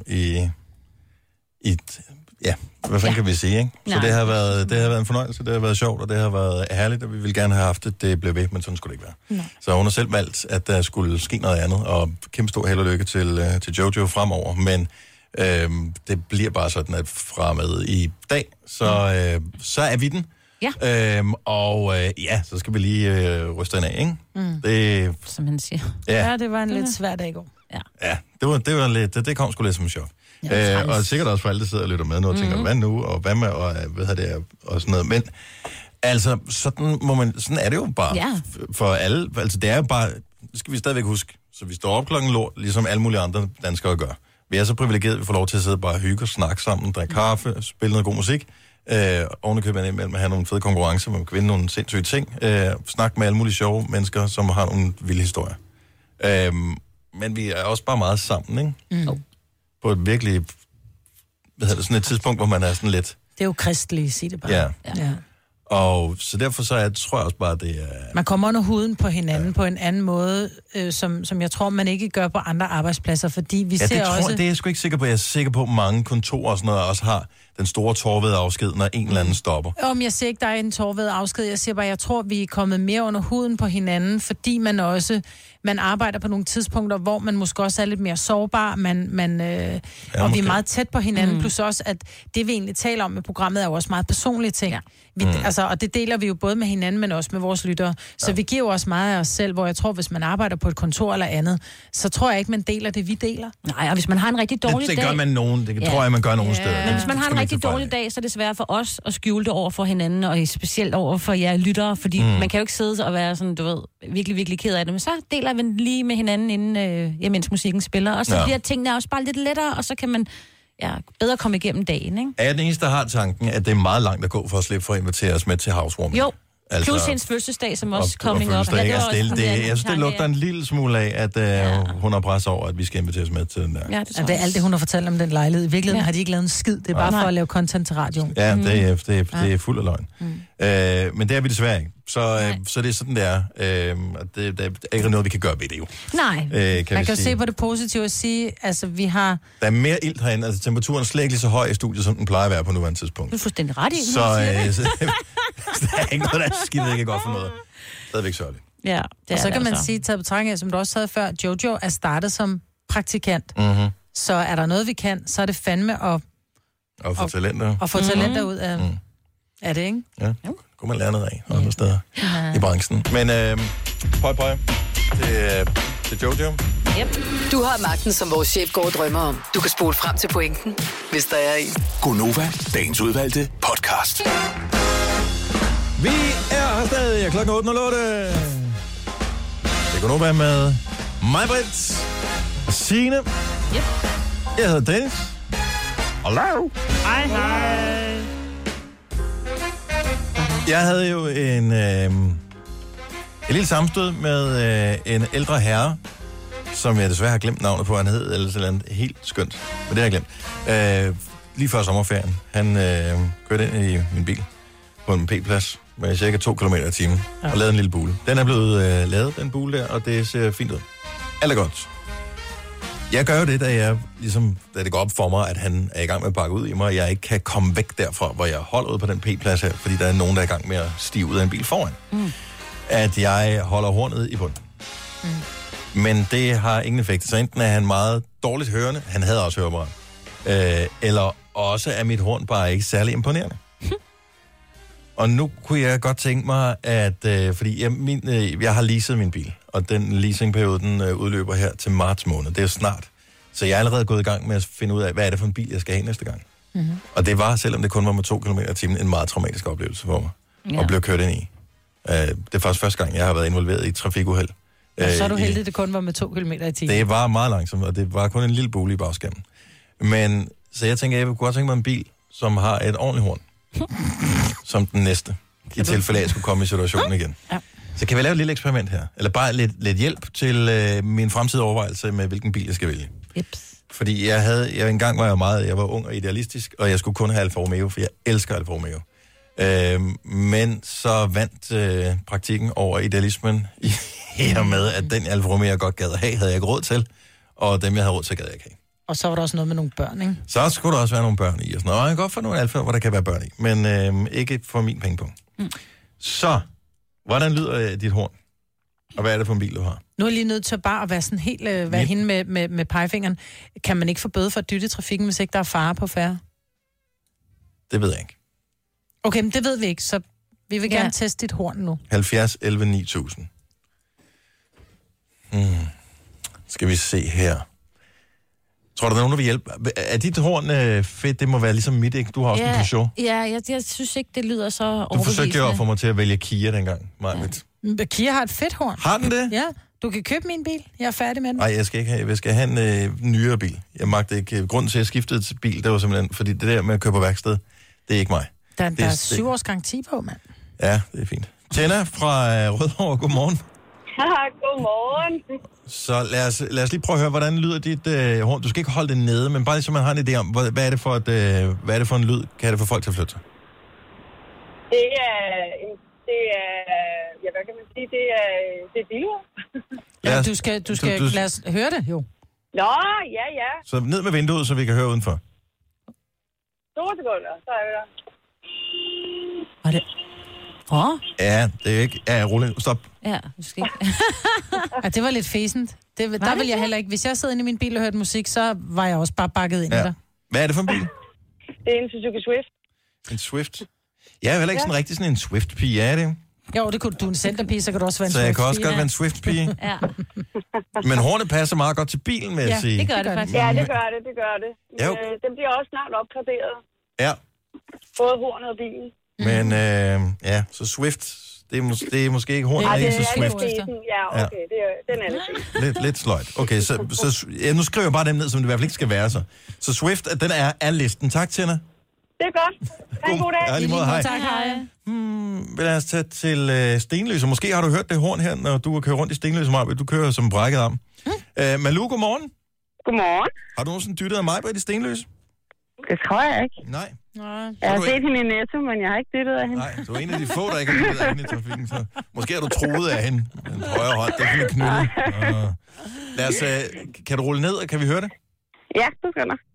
S1: hvad fanden kan vi sige, ikke? Så det har været en fornøjelse, det har været sjovt, og det har været herligt, og vi ville gerne have haft det blev ved, men sådan skulle det ikke være. Nej. Så hun har selv valgt, at der skulle ske noget andet, og kæmpe stor held og lykke til Jojo fremover, men det bliver bare sådan, at fra med i dag, så er vi den. Ja. Så skal vi lige ryste den af, ikke? Det,
S3: som han siger.
S2: Ja, det var en lidt svær dag i går.
S1: Ja, det var lidt, det kom sgu lidt som en chok. Og sikkert også for alle, der sidder og lytter med nu og tænker, hvad nu, og hvad med, og og sådan noget. Men altså, sådan er det jo bare for alle. Altså, det er jo bare, det skal vi stadigvæk huske. Så vi står op klokken lort, ligesom alle mulige andre danskere gør. Vi er så privilegerede, at vi får lov til at sidde bare og hygge og snakke sammen, drikke kaffe, spille noget god musik. Ovenikøbet imellem at have nogle fede konkurrencer, hvor man kan vinde nogle sindssyge ting. Snakke med alle mulige sjove mennesker, som har nogle vilde historier. Men vi er også bare meget sammen, ikke? På et virkelig, sådan et tidspunkt, hvor man er sådan lidt...
S2: Det er jo kristeligt, sig det bare.
S1: Ja. Og så derfor tror jeg også bare, det er...
S2: Man kommer under huden på hinanden på en anden måde, som jeg tror, man ikke gør på andre arbejdspladser, fordi vi ser også...
S1: Det er jeg sgu ikke sikker på. Jeg er sikker på, at mange kontorer og sådan noget også har den store tårvede afsked, når en eller anden stopper.
S2: Jeg siger ikke, der er en tårvede afsked. Jeg siger bare, jeg tror, vi er kommet mere under huden på hinanden, fordi man arbejder på nogle tidspunkter, hvor man måske også er lidt mere sårbar, og vi er meget tæt på hinanden, plus også, at det vi egentlig taler om med programmet, er jo også meget personlige ting. Ja. Og det deler vi jo både med hinanden, men også med vores lyttere. Så vi giver jo også meget af os selv, hvor jeg tror, hvis man arbejder på et kontor eller andet, så tror jeg ikke, man deler det, vi deler.
S3: Nej, og hvis man har en rigtig dårlig dag...
S1: Det gør man nogen. Det tror jeg, man gør nogle steder.
S3: Men hvis man har en rigtig dårlig dag, så er det svært for os at skjule det over for hinanden, og specielt over for jer lyttere, fordi man kan jo ikke sidde og være sådan, du ved, virkelig, virkelig ked af det. Men så deler vi lige med hinanden, inden mens musikken spiller, og så bliver tingene også bare lidt lettere, og så kan man bedre komme igennem dagen, ikke?
S1: Er den eneste, der har tanken, at det er meget langt at gå for at slippe for at invitere os med til housewarming?
S3: Jo. Altså, plus hendes fødselsdag, som også coming up.
S1: Ja, jeg synes, det lugter en lille smule af, at hun har presset over, at vi skal inviteres med til den der.
S2: Ja, det er alt det, hun har fortalt om den lejlighed. I virkeligheden har de ikke lavet en skid. Det er bare for at lave content til radioen.
S1: Ja, det er fuld af løgn. Men det er vi desværre ikke. Så det er sådan, det er. Det er ikke noget, vi kan gøre ved det jo.
S2: Nej, man kan se på det positive og sige, altså vi har...
S1: Der er mere ilt herinde, altså temperaturen er slet ikke lige så høj i studiet, som den plejer at være på nuværende tidspunkt.
S3: Du er fuldstændig ret i.
S1: Så der er ikke noget, der skidt ikke godt for noget. Stadigvæk sørgeligt.
S2: Ja, og så kan man sige, taget betragtning af, som du også sagde før, Jojo er startet som praktikant. Så er der noget, vi kan, så er det fandme at
S1: få talenter.
S2: Og få talenter ud af... Er det, ikke?
S1: Ja, kunne man lære noget af andre steder i branchen. Men pøj til Jojo.
S6: Yep. Du har magten, som vores chef går og drømmer om. Du kan spole frem til pointen, hvis der er en.
S4: Gonova, dagens udvalgte podcast.
S1: Vi er her stadig, klokken 8.08. Det er Gonova med mig, Britt, Signe.
S3: Yep.
S1: Jeg hedder Dennis. Hallo.
S3: Hej.
S1: Jeg havde jo en lille sammenstød med en ældre herre, som jeg desværre har glemt navnet på. Han hed eller sådan noget helt skønt, men det har jeg glemt. Lige før sommerferien, han kørte ind i min bil på en P-plads med cirka 2 km i timen og lavede en lille bule. Den er blevet lavet, den bule der, og det ser fint ud. Alt er godt. Jeg gør jo det, da det går op for mig, at han er i gang med at bakke ud i mig, og jeg ikke kan komme væk derfra, hvor jeg holder ud på den P-plads her, fordi der er nogen, der er i gang med at stige ud af en bil foran. At jeg holder hornet i bunden. Men det har ingen effekt. Så enten er han meget dårligt hørende, han havde også høreapparat, eller også er mit horn bare ikke særlig imponerende. Og nu kunne jeg godt tænke mig, at fordi jeg har leaset min bil, og den leasingperiode, den udløber her til marts måned. Det er jo snart. Så jeg er allerede gået i gang med at finde ud af, hvad er det for en bil, jeg skal have næste gang. Og det var, selvom det kun var med 2 km i timen, en meget traumatisk oplevelse for mig. At blive kørt ind i. Det er faktisk første gang, jeg har været involveret i et trafikuheld.
S2: Så er du heldig, at det kun var med 2 km i timen.
S1: Det var meget langsomt, og det var kun en lille bule i bagskammen. Men, så jeg tænker, jeg kunne godt tænke mig en bil, som har et ordentligt horn. Som den næste. I tilfælde af, at jeg skulle komme i situationen igen. Ja. Så kan vi lave et lille eksperiment her? Eller bare lidt hjælp til min fremtidige overvejelse med, hvilken bil jeg skal vælge. Fordi engang var jeg var ung og idealistisk, og jeg skulle kun have Alfa Romeo, for jeg elsker Alfa Romeo. Men så vandt praktikken over idealismen i og med, at den Alfa Romeo, jeg godt gad at have, havde jeg ikke råd til, og dem, jeg havde råd til, gad jeg ikke have.
S2: Og så var der også noget med nogle børn, ikke?
S1: Så skulle der også være nogle børn i. Og sådan noget. Og jeg kan godt få nogle Alfa, hvor der kan være børn i, men ikke for min pengepunkt. Så, hvordan lyder dit horn? Og hvad er det for en bil, du har?
S2: Nu er jeg lige nødt til bare at være sådan helt, være hende med pegefingeren. Kan man ikke få bøde for at dytte i trafikken, hvis ikke der er fare på færre?
S1: Det ved jeg ikke.
S2: Okay, men det ved vi ikke, så vi vil gerne teste dit horn nu.
S1: 70 11 9000. Skal vi se her. Tror du, der er nogen, der vil hjælpe? Er dit horn fedt? Det må være ligesom mit, ikke? Du har også en Peugeot.
S3: Ja, jeg synes ikke, det lyder så overbevisende.
S1: Du forsøgte jo at få mig til at vælge Kia dengang, Marvitt.
S2: Ja. Kia har et fedt horn.
S1: Har den det?
S2: Ja, du kan købe min bil. Jeg er færdig med den.
S1: Nej, jeg skal ikke have. Jeg skal have en nyere bil. Jeg magte ikke. Grunden til, at jeg skiftede til bil, det var simpelthen, fordi det der med at køre på værksted, det er ikke mig.
S2: Der er 7 års garanti på, mand.
S1: Ja, det er fint. Jenna fra Rødovre, godmorgen.
S12: Godmorgen.
S1: Så lad os lige prøve at høre, hvordan lyder dit horn. Du skal ikke holde det nede, men bare lige så man har en idé om, hvad er det for en lyd, kan det få folk til at flytte sig?
S12: Det er, ja, hvad kan man sige, det er billigere.
S2: Ja, du skal lad os høre det, jo.
S12: Nå, ja.
S1: Så ned med vinduet, så vi kan høre udenfor.
S12: 2 sekunder, så er vi der.
S2: Var det?
S1: Ja, det er ikke... Ja, rulle. Stop.
S3: Ja, du skal ikke.
S2: Ja, det var lidt fæsent. Der vil jeg heller ikke... Hvis jeg sad inde i min bil og hørte musik, så var jeg også bare bakket ind i dig.
S1: Hvad er det for en bil?
S12: Det er en Suzuki Swift.
S1: En Swift? Jeg er heller ikke sådan rigtig sådan en Swift-pige, er det?
S2: Jo, det kunne du en centerpige, så kan du også være en
S1: Swift-pige. Så jeg kan også godt være en Swift-pige.
S3: Ja.
S1: Men hornet passer meget godt til bilen, vil jeg sige.
S3: Det gør det faktisk.
S12: Ja, det gør det.
S1: Jo.
S12: Den bliver også snart opgraderet.
S1: Ja.
S12: Både hornet og bilen.
S1: Men ja, så Swift, det er måske ikke hornet, ikke så Swift.
S12: Ja, okay, den er lidt
S1: Lidt sløjt. Okay, så nu skriver jeg bare dem ned, som det i hvert fald ikke skal være så. Så Swift, den er af listen. Tak, Tina.
S12: Det er godt. Ha' en god dag.
S1: Ja, lige måde, hej.
S2: Tak, hej.
S1: Lad os tage til Stenløse. Måske har du hørt det horn her, når du kører rundt i Stenløse, Maja. Du kører som brækket arm. Malou, godmorgen.
S12: Godmorgen.
S1: Har du nogensinde dyttet af mig i Stenløse?
S12: Det tror jeg ikke.
S1: Nej.
S12: Jeg har set hende i Netto, men jeg har ikke dyttet af hende.
S1: Nej, du er en af de få, der ikke har dyttet af hende i trafikken. Så måske har du troet af hende. Den højre hånd, det kan knudde. Lad os, kan du rulle ned, og kan vi høre det?
S12: Ja, du skal nok.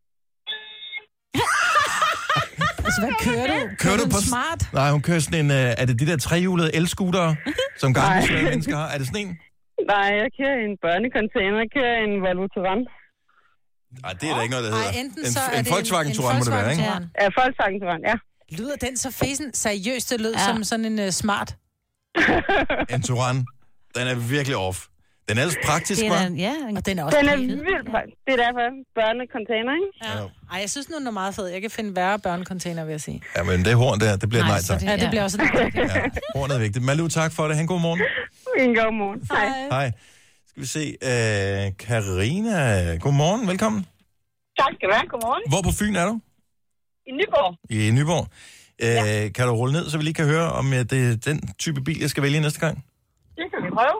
S2: Altså, hvad kører du?
S1: Kører du på
S2: smart?
S1: Nej, hun kører sådan en... er det de der trehjulede elscootere, som gamle mennesker har? Er det sådan en?
S12: Nej, jeg kører en børnecontainer. Jeg kører en Volvo Touran.
S1: Nej, det er der ikke noget, der hedder.
S2: Enten så er
S1: en
S2: det
S1: Volkswagen Touran må det være, ikke?
S12: Ja, Volkswagen Touran, ja.
S2: Lyder den så fesen? Seriøst, det lød som sådan en smart.
S1: En Touran. Den er virkelig off. Den er ellers praktisk, hva'?
S2: Ja, og den er også
S12: Den er vildt praktisk. Det er derfor børnecontainer, ikke?
S2: Ja. Ej, jeg synes nu, den er meget fed. Jeg kan finde værre børnecontainer, vil jeg sige.
S1: Ja, men det horn der, det bliver et nej tak.
S2: Ja, det bliver også et nej tak.
S1: Ja, hornet er vigtigt. Malu, tak for det. Ha' en god morgen.
S12: En god morgen. Hej.
S1: Hej. Skal vi se. Karina, godmorgen. Velkommen.
S12: Tak skal du have. Godmorgen.
S1: Hvor på Fyn er du?
S12: I Nyborg.
S1: I Nyborg. Kan du rulle ned, så vi lige kan høre, om det er den type bil, jeg skal vælge næste gang?
S12: Det kan vi prøve.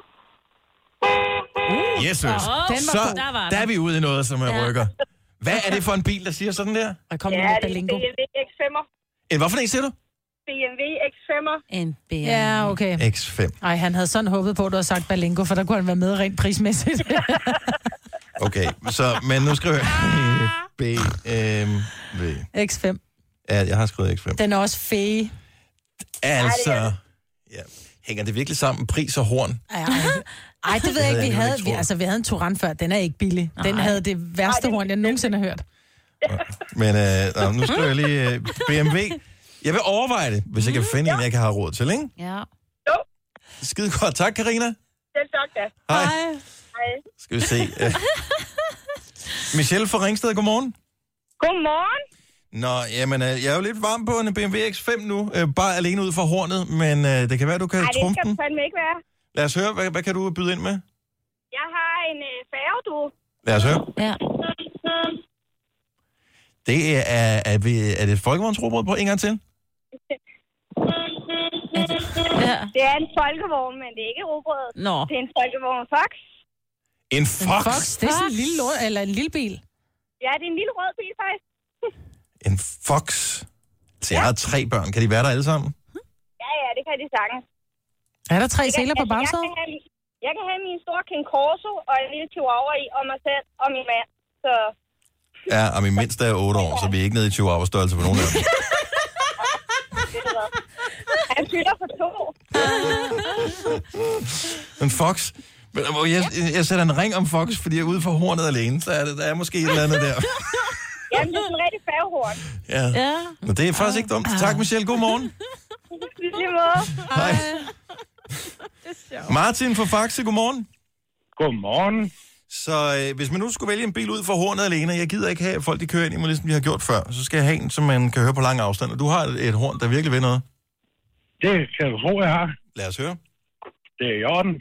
S1: Yes, så der er vi ude i noget, som er rykker. Hvad er det for en bil, der siger sådan der?
S2: Der kommer med Berlingo.
S12: BMW X5'er.
S1: En hvad for en, siger du?
S12: BMW X5'er.
S3: En BMW.
S2: Ja, okay.
S1: X5.
S2: Ej, han havde sådan håbet på, at du havde sagt Berlingo, for der kunne han være med rent prismæssigt.
S1: Okay, men nu skriver jeg BMW.
S2: X5.
S1: Ja, jeg har skrevet X5.
S2: Den er også fæge.
S1: Altså, ja. Hænger det virkelig sammen, pris og horn?
S2: Ej, det ved jeg ikke. Vi havde en Touran før. Den er ikke billig. Den havde det værste horn, jeg nogensinde har hørt.
S1: Men nu skriver jeg lige BMW. Jeg vil overveje det, hvis jeg kan finde en, jeg kan have råd til, ikke?
S3: Ja.
S12: Jo.
S1: Skide godt. Tak, Karina.
S12: Selv tak, da.
S1: Hej.
S12: Hej.
S1: Skal vi se. Michelle fra Ringsted, godmorgen.
S12: Godmorgen.
S1: Nå, jamen, jeg er jo lidt varm på en BMW X5 nu. Bare alene ud fra hornet, men det kan være, du kan trumfe den.
S12: Nej, det skal fandme ikke være.
S1: Lad os høre, hvad kan du byde ind med?
S12: Jeg har en færge, du.
S1: Lad os høre.
S3: Ja.
S1: Det er det et folkevognsrugbrød på en gang til?
S3: Ja.
S12: Det er en folkevogn, men det er ikke rugbrød.
S3: Nå.
S12: Det er en folkevogn Fox.
S1: En Fox?
S2: Det er sådan en lille eller en lille bil.
S12: Ja, det er en lille rød bil, faktisk.
S1: En Fox? Så jeg har 3 børn. Kan de være der alle sammen?
S12: Ja, det kan de sagtens.
S2: Er der 3 seler på bagsædet?
S12: Jeg kan have min store King Corso og en lille Chihuahua i, og mig selv og min mand. Så...
S1: Ja, og min mindste er 8 år, så vi er ikke nede i Chihuahua-størrelse på nogen af dem.
S12: Han fylder på 2.
S1: En Fox? Men, jeg sætter en ring om Fox, fordi jeg er ude for hornet alene, så der er måske et eller andet der.
S12: Jamen, det er sådan en rigtig færgehorn.
S1: Ja. Men det er faktisk ikke dumt. Tak, Michelle. God morgen.
S12: Lige måde.
S1: Hej. Martin fra Faxe, godmorgen.
S13: Godmorgen.
S1: Så hvis man nu skulle vælge en bil ud for hornet alene, jeg gider ikke have, at folk de kører ind i mig, ligesom de har gjort før, så skal jeg have en, som man kan høre på lang afstand. Og du har et horn, der virkelig vil noget.
S13: Det kan du tro, jeg har.
S1: Lad os høre.
S13: Det er i orden.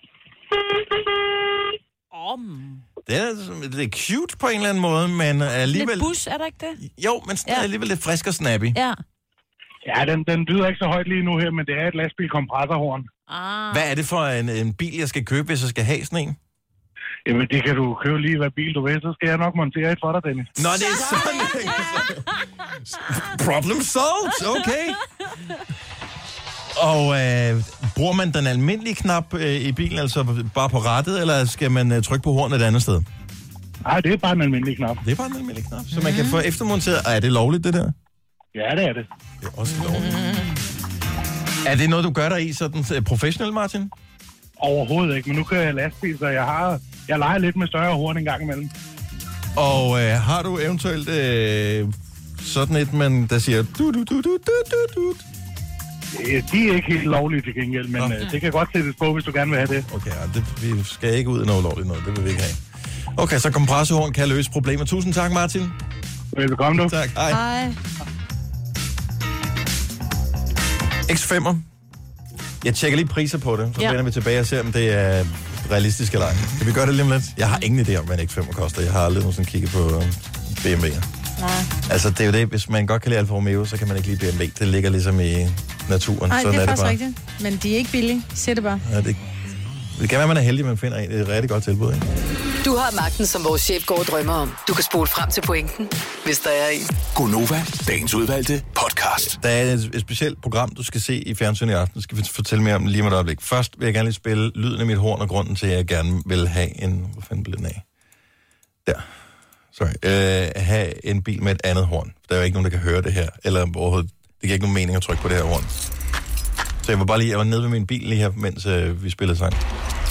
S1: Det er cute på en eller anden måde, men alligevel...
S3: Lidt bus, er der ikke det?
S1: Jo, men det er alligevel lidt frisk og snappy.
S3: Ja.
S13: Ja, den lyder ikke så højt lige nu her, men det er et lastbil-kompressorhorn.
S1: Hvad er det for en bil, jeg skal købe, hvis jeg skal have sådan en?
S13: Jamen, det kan du købe lige, hvad bil du vil, så skal jeg nok montere et for dig, Dennis.
S1: Nå, det er sådan. Problem solved, okay. Og bruger man den almindelige knap i bilen, altså bare på rattet, eller skal man trykke på hornet et andet sted?
S13: Nej, det er bare en almindelig knap.
S1: Det er bare en almindelig knap, så man kan få eftermonteret. Er det lovligt, det der?
S13: Ja, det er det.
S1: Det er også lovligt. Er det noget, du gør dig i sådan professionelt, Martin?
S13: Overhovedet ikke, men nu kører jeg lastbil, så jeg leger lidt med større horn en gang imellem.
S1: Og har du eventuelt sådan et, der siger du?
S13: De er ikke helt lovlige til gengæld, men det kan godt sættes på, hvis du gerne vil have det.
S1: Okay, vi skal ikke ud i noget ulovligt noget, det vil vi ikke have. Okay, så kompressorhorn kan løse problemer. Tusind tak, Martin.
S13: Velbekomme du.
S1: Tak, hej.
S2: Hej.
S1: X5'er. Jeg tjekker lige priser på det, så vender vi tilbage og ser, om det er realistisk eller ej. Kan vi gøre det lige om lidt? Jeg har ingen idé om, hvad en X5'er koster. Jeg har aldrig nogensinde kigget på BMW'er.
S2: Nej.
S1: Altså, det er jo det, hvis man godt kan lide Alfa Romeo, så kan man ikke lide BMW. Det ligger ligesom i naturen.
S2: Nej, det er faktisk
S1: bare
S2: rigtigt. Men de er ikke billige. Siger det bare.
S1: Ja, det kan være, man er heldig, at man finder et rigtig godt tilbud, ikke?
S6: Du har magten, som vores chef går og drømmer om. Du kan spole frem til pointen, hvis der er en.
S4: Gonova, dagens udvalgte podcast.
S1: Der er et specielt program, du skal se i fjernsynet i aften. Skal vi fortælle mere om lige med et øjeblik. Først vil jeg gerne lige spille lyden af mit horn, og grunden til, at jeg gerne vil have en... Hvor fanden blev den af? Der. Sorry. Have en bil med et andet horn. Der er jo ikke nogen, der kan høre det her. Eller overhovedet... Det giver ikke nogen mening at trykke på det her horn. Så jeg var nede ved min bil lige her, mens vi spillede sang.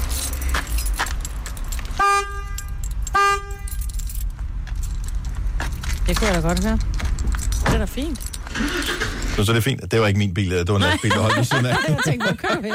S2: Det kunne jeg da godt høre. Det er da fint.
S1: Så er det fint. Det var ikke min bil. Det var en lastbil, der holdt ved siden af.
S2: Jeg tænkte, hvor kører vi?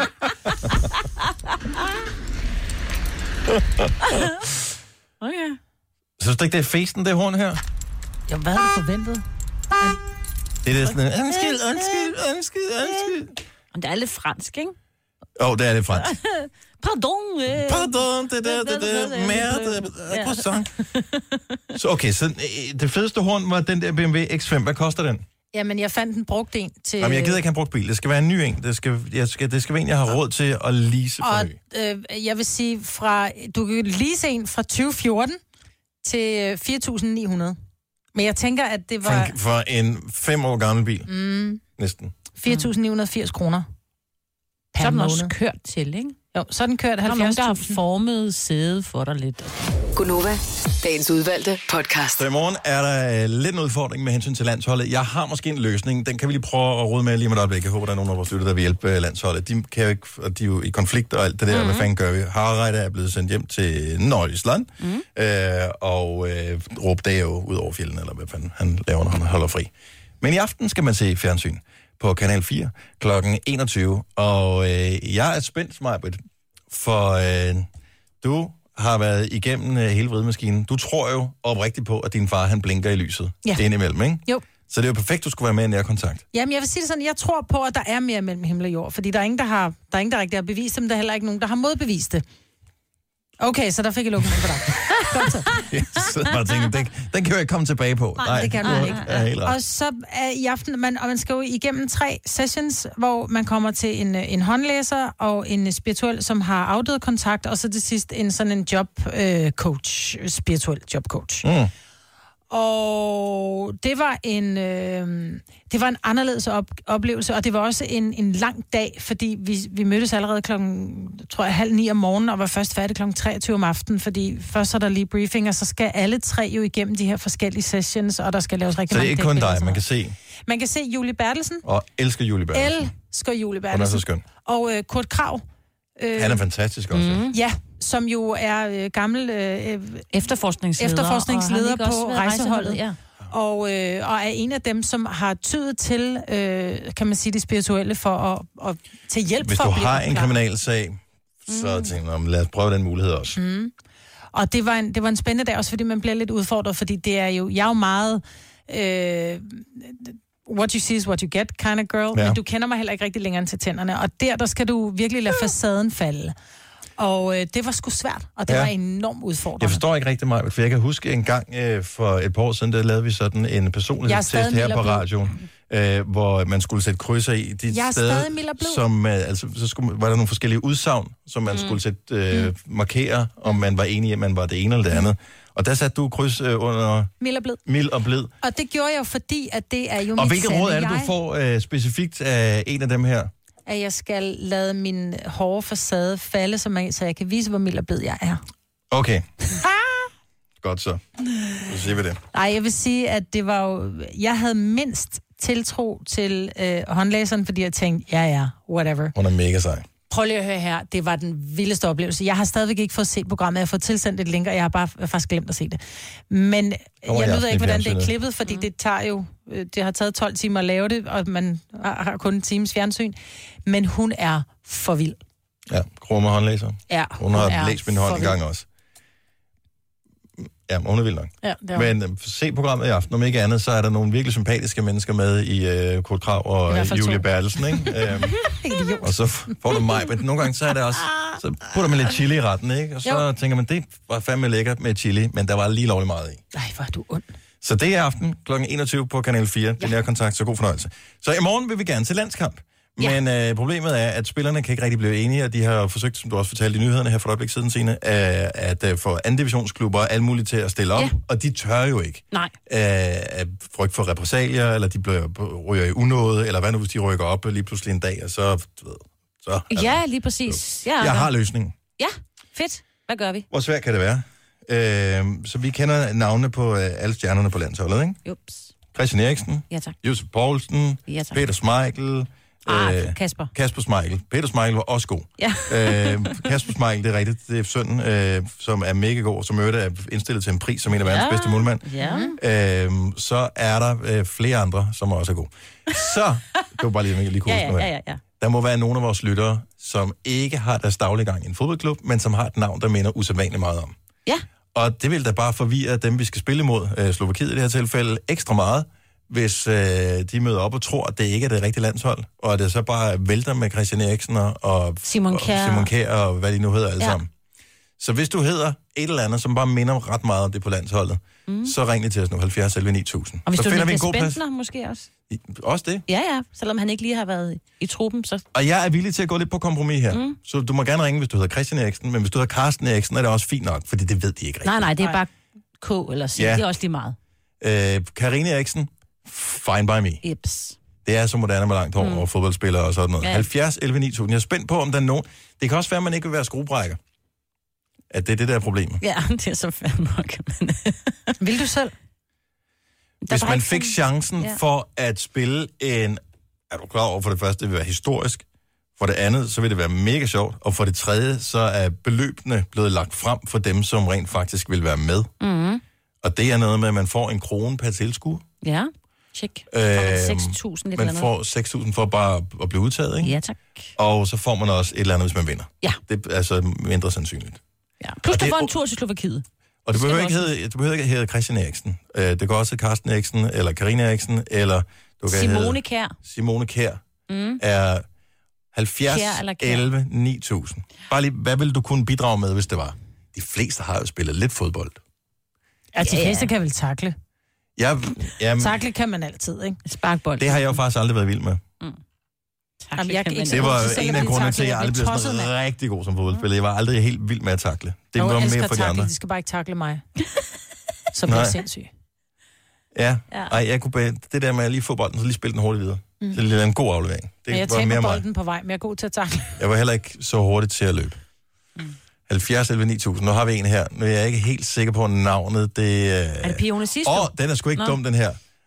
S2: Okay.
S1: Synes du ikke, det er festen, det horn her?
S2: Jo, hvad havde du forventet?
S1: Det er sådan, undskyld.
S3: Det er lidt fransk, ikke?
S1: Det er lidt fransk.
S3: Pardon.
S1: Det merde. Croissant. Så okay, så det fedeste horn var den der BMW X5. Hvad koster den?
S2: Jamen, jeg fandt en brugt en til...
S1: Jamen, jeg gider ikke have en brugt bil. Det skal være en ny en. Det skal være en, jeg har råd til at lease for ny.
S2: Jeg vil sige, du kan lease en fra 2014 til 4.900. Men jeg tænker, at det var...
S1: For en 5 år gammel bil. Næsten.
S2: 4.980 kroner.
S3: Så er den også kørt til, ikke?
S2: Jo, så er den kørt 70.000.
S3: Der er nogen, der har formet sæde for dig lidt.
S6: Gonova, dagens udvalgte podcast.
S1: Så i morgen er der lidt en udfordring med hensyn til landsholdet. Jeg har måske en løsning. Den kan vi lige prøve at rode med lige med et øjeblik. Jeg håber, der er nogen af vores lytter, der vil hjælpe landsholdet. De kan jo ikke, og de er jo i konflikt og alt det der. Hvad fanden gør vi? Harreide er blevet sendt hjem til Nordjylland. Og Råb det jo ud over fjellen, eller hvad fanden han laver, når han holder fri. Men i aften skal man se fjernsyn på Kanal 4 kl. 21. Og jeg er spændt, Majbrit, for du har været igennem hele vridemaskinen. Du tror jo oprigtigt på, at din far, han blinker i lyset.
S2: Ja.
S1: Det er indimellem, ikke?
S2: Jo.
S1: Så det er jo perfekt, du skulle være med i nærkontakt.
S2: Jamen, jeg vil sige det sådan, jeg tror på, at der er mere mellem himmel og jord, fordi der er ingen, der rigtig har bevist det, men der er heller ikke nogen, der har modbevist det. Okay, så der fik jeg lukket på dig. Godt så.
S1: Jeg sidder bare og tænker, den kan jeg ikke komme tilbage på.
S2: Nej, det kan du ikke.
S1: Ja, helt ret.
S2: Og så i aften, man skal jo igennem 3 sessions, hvor man kommer til en håndlæser og en spirituel, som har afdød kontakt, og så til sidst sådan en jobcoach, spirituel jobcoach. Og det var en anderledes oplevelse, og det var også en lang dag, fordi vi mødtes allerede klokken, tror jeg, 8:30 om morgenen, og var først færdig klokken 23 om aftenen, fordi først er der lige briefing, og så skal alle 3 jo igennem de her forskellige sessions, og der skal laves rigtig mange.
S1: Så det er ikke kun dig, man kan se?
S2: Man kan se Julie Bertelsen.
S1: Og elsker Julie Bertelsen.
S2: Elsker Julie Bertelsen.
S1: Hun er så skøn.
S2: Og Kurt Krag.
S1: Han er fantastisk også.
S2: Ja, som jo er gammel
S3: efterforskningsleder
S2: på rejseholdet. Ja. Og er en af dem, som har tydet til, kan man sige, det spirituelle for at til hjælp
S1: Hvis
S2: for at
S1: du har en kriminalsag, så tænker jeg, lad os prøve den mulighed også.
S2: Og det var en spændende dag, også fordi man bliver lidt udfordret, fordi det er jo, jeg er jo meget what you see is what you get kind of girl, men du kender mig heller ikke rigtig længere end til tænderne, og der skal du virkelig lade facaden falde. Og det var sgu svært, og det var enormt udfordrende.
S1: Jeg forstår ikke rigtig meget, for jeg kan huske en gang for et par år siden, der lavede vi sådan en personlighedstest her på radioen, hvor man skulle sætte krydser i de steder, som så var der nogle forskellige udsagn, som man skulle sætte markere, om man var enig i, at man var det ene eller det andet. Og der satte du kryds under mild og blid.
S2: Og det gjorde jeg jo, fordi at det er jo
S1: og hvilket råd er det, du får specifikt af en af dem her?
S2: At jeg skal lade min hårde facade falde, så jeg kan vise, hvor mild og blid jeg er.
S1: Okay. Godt så. Så siger vi det.
S2: Nej, jeg vil sige, at det var jo... Jeg havde mindst tiltro til håndlæseren, fordi jeg tænkte, whatever.
S1: Hun er mega sej.
S2: Prøv lige at høre her, det var den vildeste oplevelse. Jeg har stadigvæk ikke fået set programmet, jeg har fået tilsendt et link, og jeg har bare faktisk glemt at se det. Men jeg ved ikke, hvordan det er klippet, fordi det har taget 12 timer at lave det, og man har kun en times fjernsyn. Men hun er for vild.
S1: Ja, Krumme håndlæser.
S2: Ja,
S1: hun har læst min hånd en gang også. Ja, hun er vild nok.
S2: Ja, det er
S1: Men se programmet i aften. Om ikke andet, så er der nogle virkelig sympatiske mennesker med i Kurt Krag og Julie Bertelsen, ikke? Og så får du mig. Men nogle gange, så er det også... Så putter man lidt chili i retten, ikke? Og så tænker man, det var fandme lækkert med chili, men der var lige lovligt meget i.
S2: Nej, hvor er du ond.
S1: Så det er aften kl. 21 på Kanal 4. Det er kontakt, så god fornøjelse. Så i morgen vil vi gerne til landskamp. Men problemet er, at spillerne kan ikke rigtig blive enige, og de har forsøgt, som du også fortalte i nyhederne her for et øjeblik siden, Signe, at få andendivisionsklubber og alt muligt til at stille op, og de tør jo ikke.
S3: Nej.
S1: Frygt for repressalier, eller de ryger i unåde, eller hvad nu, hvis de rykker op lige pludselig en dag, og så... så
S3: ja, lige præcis.
S1: Jeg har løsningen.
S3: Ja, fedt. Hvad gør vi?
S1: Hvor svært kan det være? Så vi kender navnene på alle stjernerne på landsholdet, ikke?
S3: Jups.
S1: Christian Eriksen.
S3: Ja, tak.
S1: Josef Poulsen.
S3: Ja, tak.
S1: Peter Schmeichel.
S3: Kasper.
S1: Kasper Schmeichel. Peter Schmeichel var også god.
S3: Ja.
S1: Kasper Schmeichel, det er rigtigt. Det er sønnen, som er mega god, som er indstillet til en pris som en af verdens bedste målmand.
S3: Ja.
S1: Så er der flere andre, som også er gode. Så, det var bare lige kunne
S3: ja.
S1: Der må være nogle af vores lyttere, som ikke har deres daglige gang i en fodboldklub, men som har et navn, der minder usædvanligt meget om.
S3: Ja.
S1: Og det vil da bare forvirre dem, vi skal spille mod, Slovakiet i det her tilfælde, ekstra meget, hvis de møder op og tror, at det ikke er det rigtige landshold, og at det så bare vælter med Christian Eriksen og
S3: Simon Kjær
S1: og hvad de nu hedder alle sammen. Så hvis du hedder et eller andet, som bare minder ret meget om det på landsholdet, så ring lige til os nu, 70 11 9000.
S3: Og hvis
S1: så
S3: du
S1: finder vi en god
S3: Niklas
S1: plads.
S3: Bentner måske også?
S1: Også det?
S3: Ja, selvom han ikke lige har været i truppen, så...
S1: Og jeg er villig til at gå lidt på kompromis her. Så du må gerne ringe, hvis du hedder Christian Eriksen, men hvis du hedder Carsten Eriksen, er det også fint nok, fordi det ved de ikke rigtigt.
S3: Nej, det er bare K eller C, det er også lige meget.
S1: Karine Eriksen, fine by me.
S3: Ips.
S1: Det er så moderne med langt hår og fodboldspillere og sådan noget. 70 11 9000. Jeg er spændt på, om der er nogen... Det kan også være, at man ikke vil være skruebrækker. At det er det, der er problemet.
S3: Ja, det er så fair nok.
S2: Vil du selv?
S1: Hvis man fik chancen for at spille en... Er du klar over, for det første, det vil være historisk. For det andet, så vil det være mega sjovt. Og for det tredje, så er beløbene blevet lagt frem for dem, som rent faktisk vil være med.
S3: Mm.
S1: Og det er noget med, at man får 1 krone per tilskud.
S3: Ja, tjek. 6.000 lidt
S1: Man får 6.000 for bare at blive udtaget, ikke?
S3: Ja, tak.
S1: Og så får man også et eller andet, hvis man vinder.
S3: Ja.
S1: Det er altså mindre sandsynligt.
S3: Ja. Plus du får en tur til Slovakiet.
S1: Og du behøver ikke hedde Christian Eriksen. Det kan også hedde Carsten Eriksen, eller Karina Eriksen, eller du kan
S3: Simone Kjær.
S1: Simone Kjær er 70 11 9000. Bare lige, hvad vil du kunne bidrage med, hvis det var? De fleste har jo spillet lidt fodbold.
S2: Ja, de fleste kan vel takle. Takle kan man altid, ikke?
S3: Sparkbold.
S1: Det har jeg jo faktisk aldrig været vild med.
S2: Jamen,
S1: det var en af grundene til, at jeg aldrig blev sådan rigtig god som fodboldspiller. Jeg var aldrig helt vild med at takle. Det var mere for de andre.
S2: De skal bare ikke takle mig. Så bliver jeg sindssyg.
S1: Ja. Ej, jeg kunne bare, det der med at lige få bolden, så lige spille den hurtigt videre. Det er en god aflevering.
S2: Det jeg taber bolden på vej, men jeg er god til at takle.
S1: Jeg var heller ikke så hurtigt til at løbe. 70 11 9000. Nu har vi en her. Nu er jeg ikke helt sikker på navnet. Det
S3: er det Pione Sisto?
S1: Den er sgu ikke dum, den her.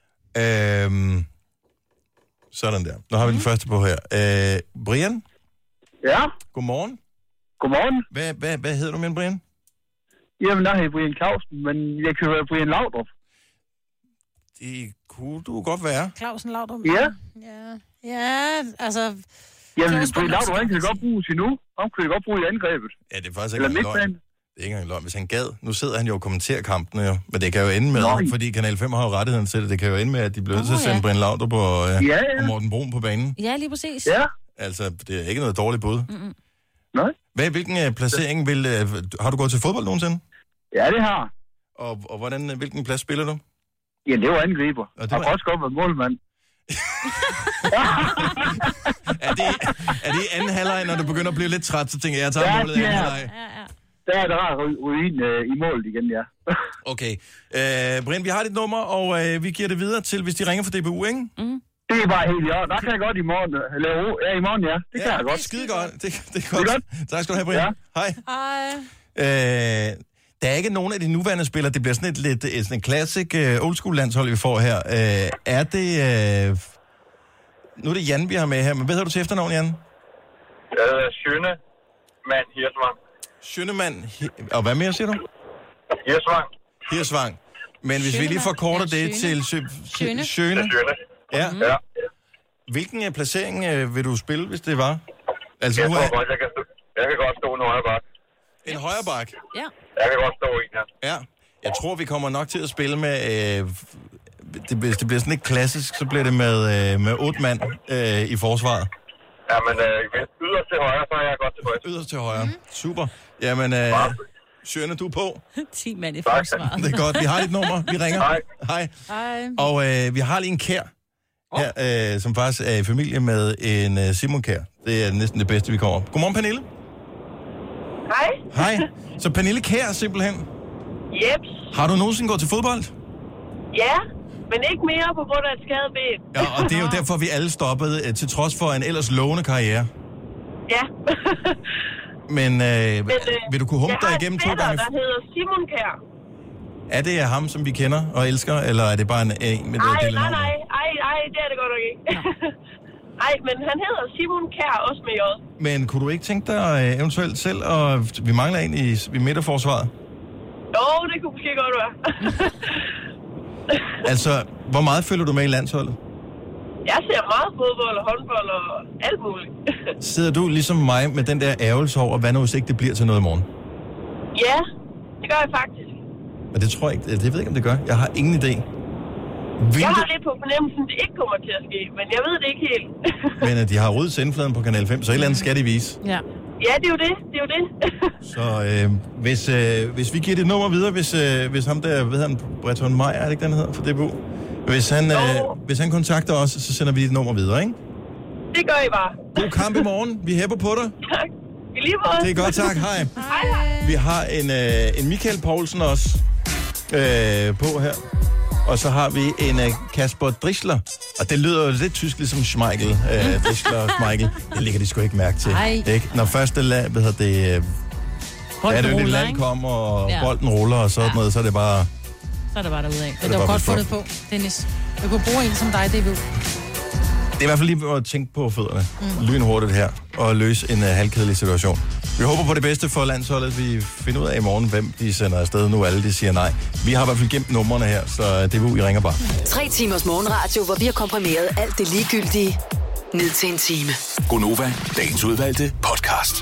S1: Sådan der. Nu har vi den første på her. Brian?
S14: Ja?
S1: Godmorgen.
S14: Godmorgen.
S1: Hvad hedder du, min Brian?
S14: Jamen, der hedder Brian Clausen, men jeg kan være Brian Laudrup.
S1: Det kunne du godt være.
S2: Clausen Laudrup?
S14: Ja.
S2: Ja, altså...
S14: Jamen, Brian Laudrup, han kan godt bruges endnu. Han kan godt bruge i angrebet.
S1: Ja, det er faktisk ikke engang løgn. Det er ikke engang løgn. Hvis han gad, nu sidder han jo og kommenterer kampene jo, men det kan jo ende med, fordi Kanal 5 har jo rettigheden til det, det kan jo ende med, at de bliver nødt til at sende Brian Laudrup og Morten Brun på banen.
S3: Ja, lige præcis.
S14: Ja.
S1: Altså, det er ikke noget dårligt bud.
S14: Nej.
S1: Hvilken placering har du gået til fodbold nogensinde?
S14: Ja, det har.
S1: Og hvilken plads spiller du?
S14: Ja, det var angriber. Og det var også godt være målmand.
S1: Er det anden halvleg, når du begynder at blive lidt træt, så tænker jeg tager målet i anden halvleg?
S14: Der er der ruin i målet igen, ja.
S1: Okay. Brian, vi har dit nummer, og vi giver det videre til, hvis de ringer fra DBU, ikke?
S14: Det er bare helt i orden. Der kan jeg godt i morgen. Eller i morgen, ja. Det kan jeg godt.
S1: Skide godt. Det er godt. Tak skal du have, Brian.
S14: Ja.
S2: Hej.
S1: Der er ikke nogen af de nuværende spillere. Det bliver sådan sådan en classic old school landshold, vi får her. Er det... Nu er det Jan, vi har med her, men hvad hedder du til efternavn, Jan?
S15: Schønemann Hirsvang.
S1: Schønemann... Og hvad mere siger du? Hirsvang. Men hvis vi lige forkorter det til Schøne. Ja. Hvilken placering vil du spille, hvis det var? Altså,
S15: jeg tror godt, jeg kan godt stå en højre bak.
S1: En højre bak?
S3: Ja.
S15: Jeg kan godt stå en, ja.
S1: Jeg tror, vi kommer nok til at spille med... hvis det bliver sådan lidt klassisk, så bliver det med 8 mand i forsvaret.
S7: Ja, men yderst til højre, så er jeg godt tilfreds.
S1: Yderst til højre. Super. Jamen, Sjøne, du er på.
S3: 10 mand i forsvaret.
S1: Det er godt. Vi har et nummer. Vi ringer. Hej. Og vi har lige en Kær her, som faktisk er i familie med en Simon Kær. Det er næsten det bedste, vi kommer. Godmorgen, Pernille.
S12: Hej.
S1: Så Pernille Kær, simpelthen.
S12: Jeps.
S1: Har du nogensinde gået til fodbold?
S12: Ja, men ikke mere på grund af et skadet ben.
S1: Ja, og det er jo derfor, vi alle stoppede, til trods for en ellers lovende karriere.
S12: Ja.
S1: Men vil du kunne humpe dig igennem 2 gange?
S12: Jeg har en fætter, der hedder Simon Kær.
S1: Er det ham, som vi kender og elsker, eller er det bare en med det
S12: Nej, det er det godt nok ikke. Nej, men han hedder Simon Kær, også med J.
S1: Men kunne du ikke tænke dig eventuelt selv, og vi mangler en i midterforsvaret?
S12: Jo, det kunne måske godt være.
S1: Altså, hvor meget følger du med i landsholdet?
S12: Jeg ser meget fodbold og håndbold og alt muligt.
S1: Sidder du ligesom mig med den der ærgelse over, hvad nu hvis ikke det bliver til noget i morgen?
S12: Ja, det gør jeg faktisk.
S1: Men det tror jeg ikke, det ved jeg ikke, om det gør. Jeg har ingen idé.
S12: Jeg har lidt på fornemmelsen, at det ikke kommer til at ske, men jeg ved det ikke helt.
S1: Men at de har ryddet sendefladen på Kanal 5, så et eller andet skal de vise.
S12: Ja, det er jo det.
S1: Så hvis vi giver det nummer videre, hvis ham der, ved han, Breton Meier, er det ikke den hedder for DBU? Hvis han kontakter os, så sender vi dit nummer videre, ikke?
S12: Det gør I bare.
S1: God kamp i morgen. Vi hæpper på dig.
S12: Tak. I lige måde.
S1: Det er godt, tak. Hej.
S12: Hej.
S1: Vi har en Michael Poulsen også på her. Og så har vi en Kasper Drischler. Og det lyder jo lidt tysk, ligesom Schmeichel. Drischler og Schmeichel. Det ligger de sgu ikke mærke til. Ikke? Når første land, det land kommer, og bolden ruller og sådan noget, så er det bare...
S3: Så er det bare derudad.
S2: Det var godt fundet på, Dennis. Jeg kunne bruge en som dig, DBU.
S1: Det er i hvert fald lige at tænke på fødderne. Lynhurtigt her. Og løse en halvkedelig situation. Vi håber på det bedste for landsholdet. Vi finder ud af i morgen, hvem de sender afsted nu. Alle de siger nej. Vi har i hvert fald gemt numrene her, så DBU, I ringer bare.
S6: 3 timers morgenradio, hvor vi har komprimeret alt det ligegyldige ned til en time.
S4: Gonova, dagens udvalgte podcast.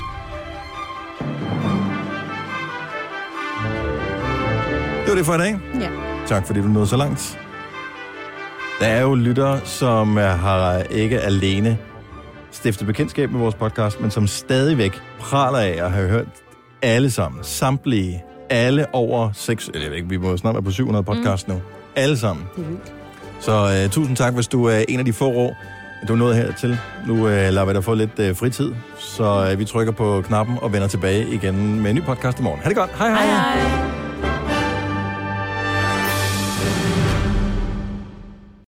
S1: Det var det for i dag.
S2: Ja.
S1: Tak fordi du nåede så langt. Der er jo lyttere, som har ikke alene stiftet bekendtskab med vores podcast, men som stadigvæk praler af at have hørt alle sammen, samtlige, alle over 6, eller jeg ved ikke, vi må snart være på 700 podcast nu. Alle sammen. Så tusind tak, hvis du er en af de få år, du er nået hertil. Nu lader vi dig få lidt fritid, så vi trykker på knappen og vender tilbage igen med en ny podcast i morgen. Ha' det godt. Hej hej.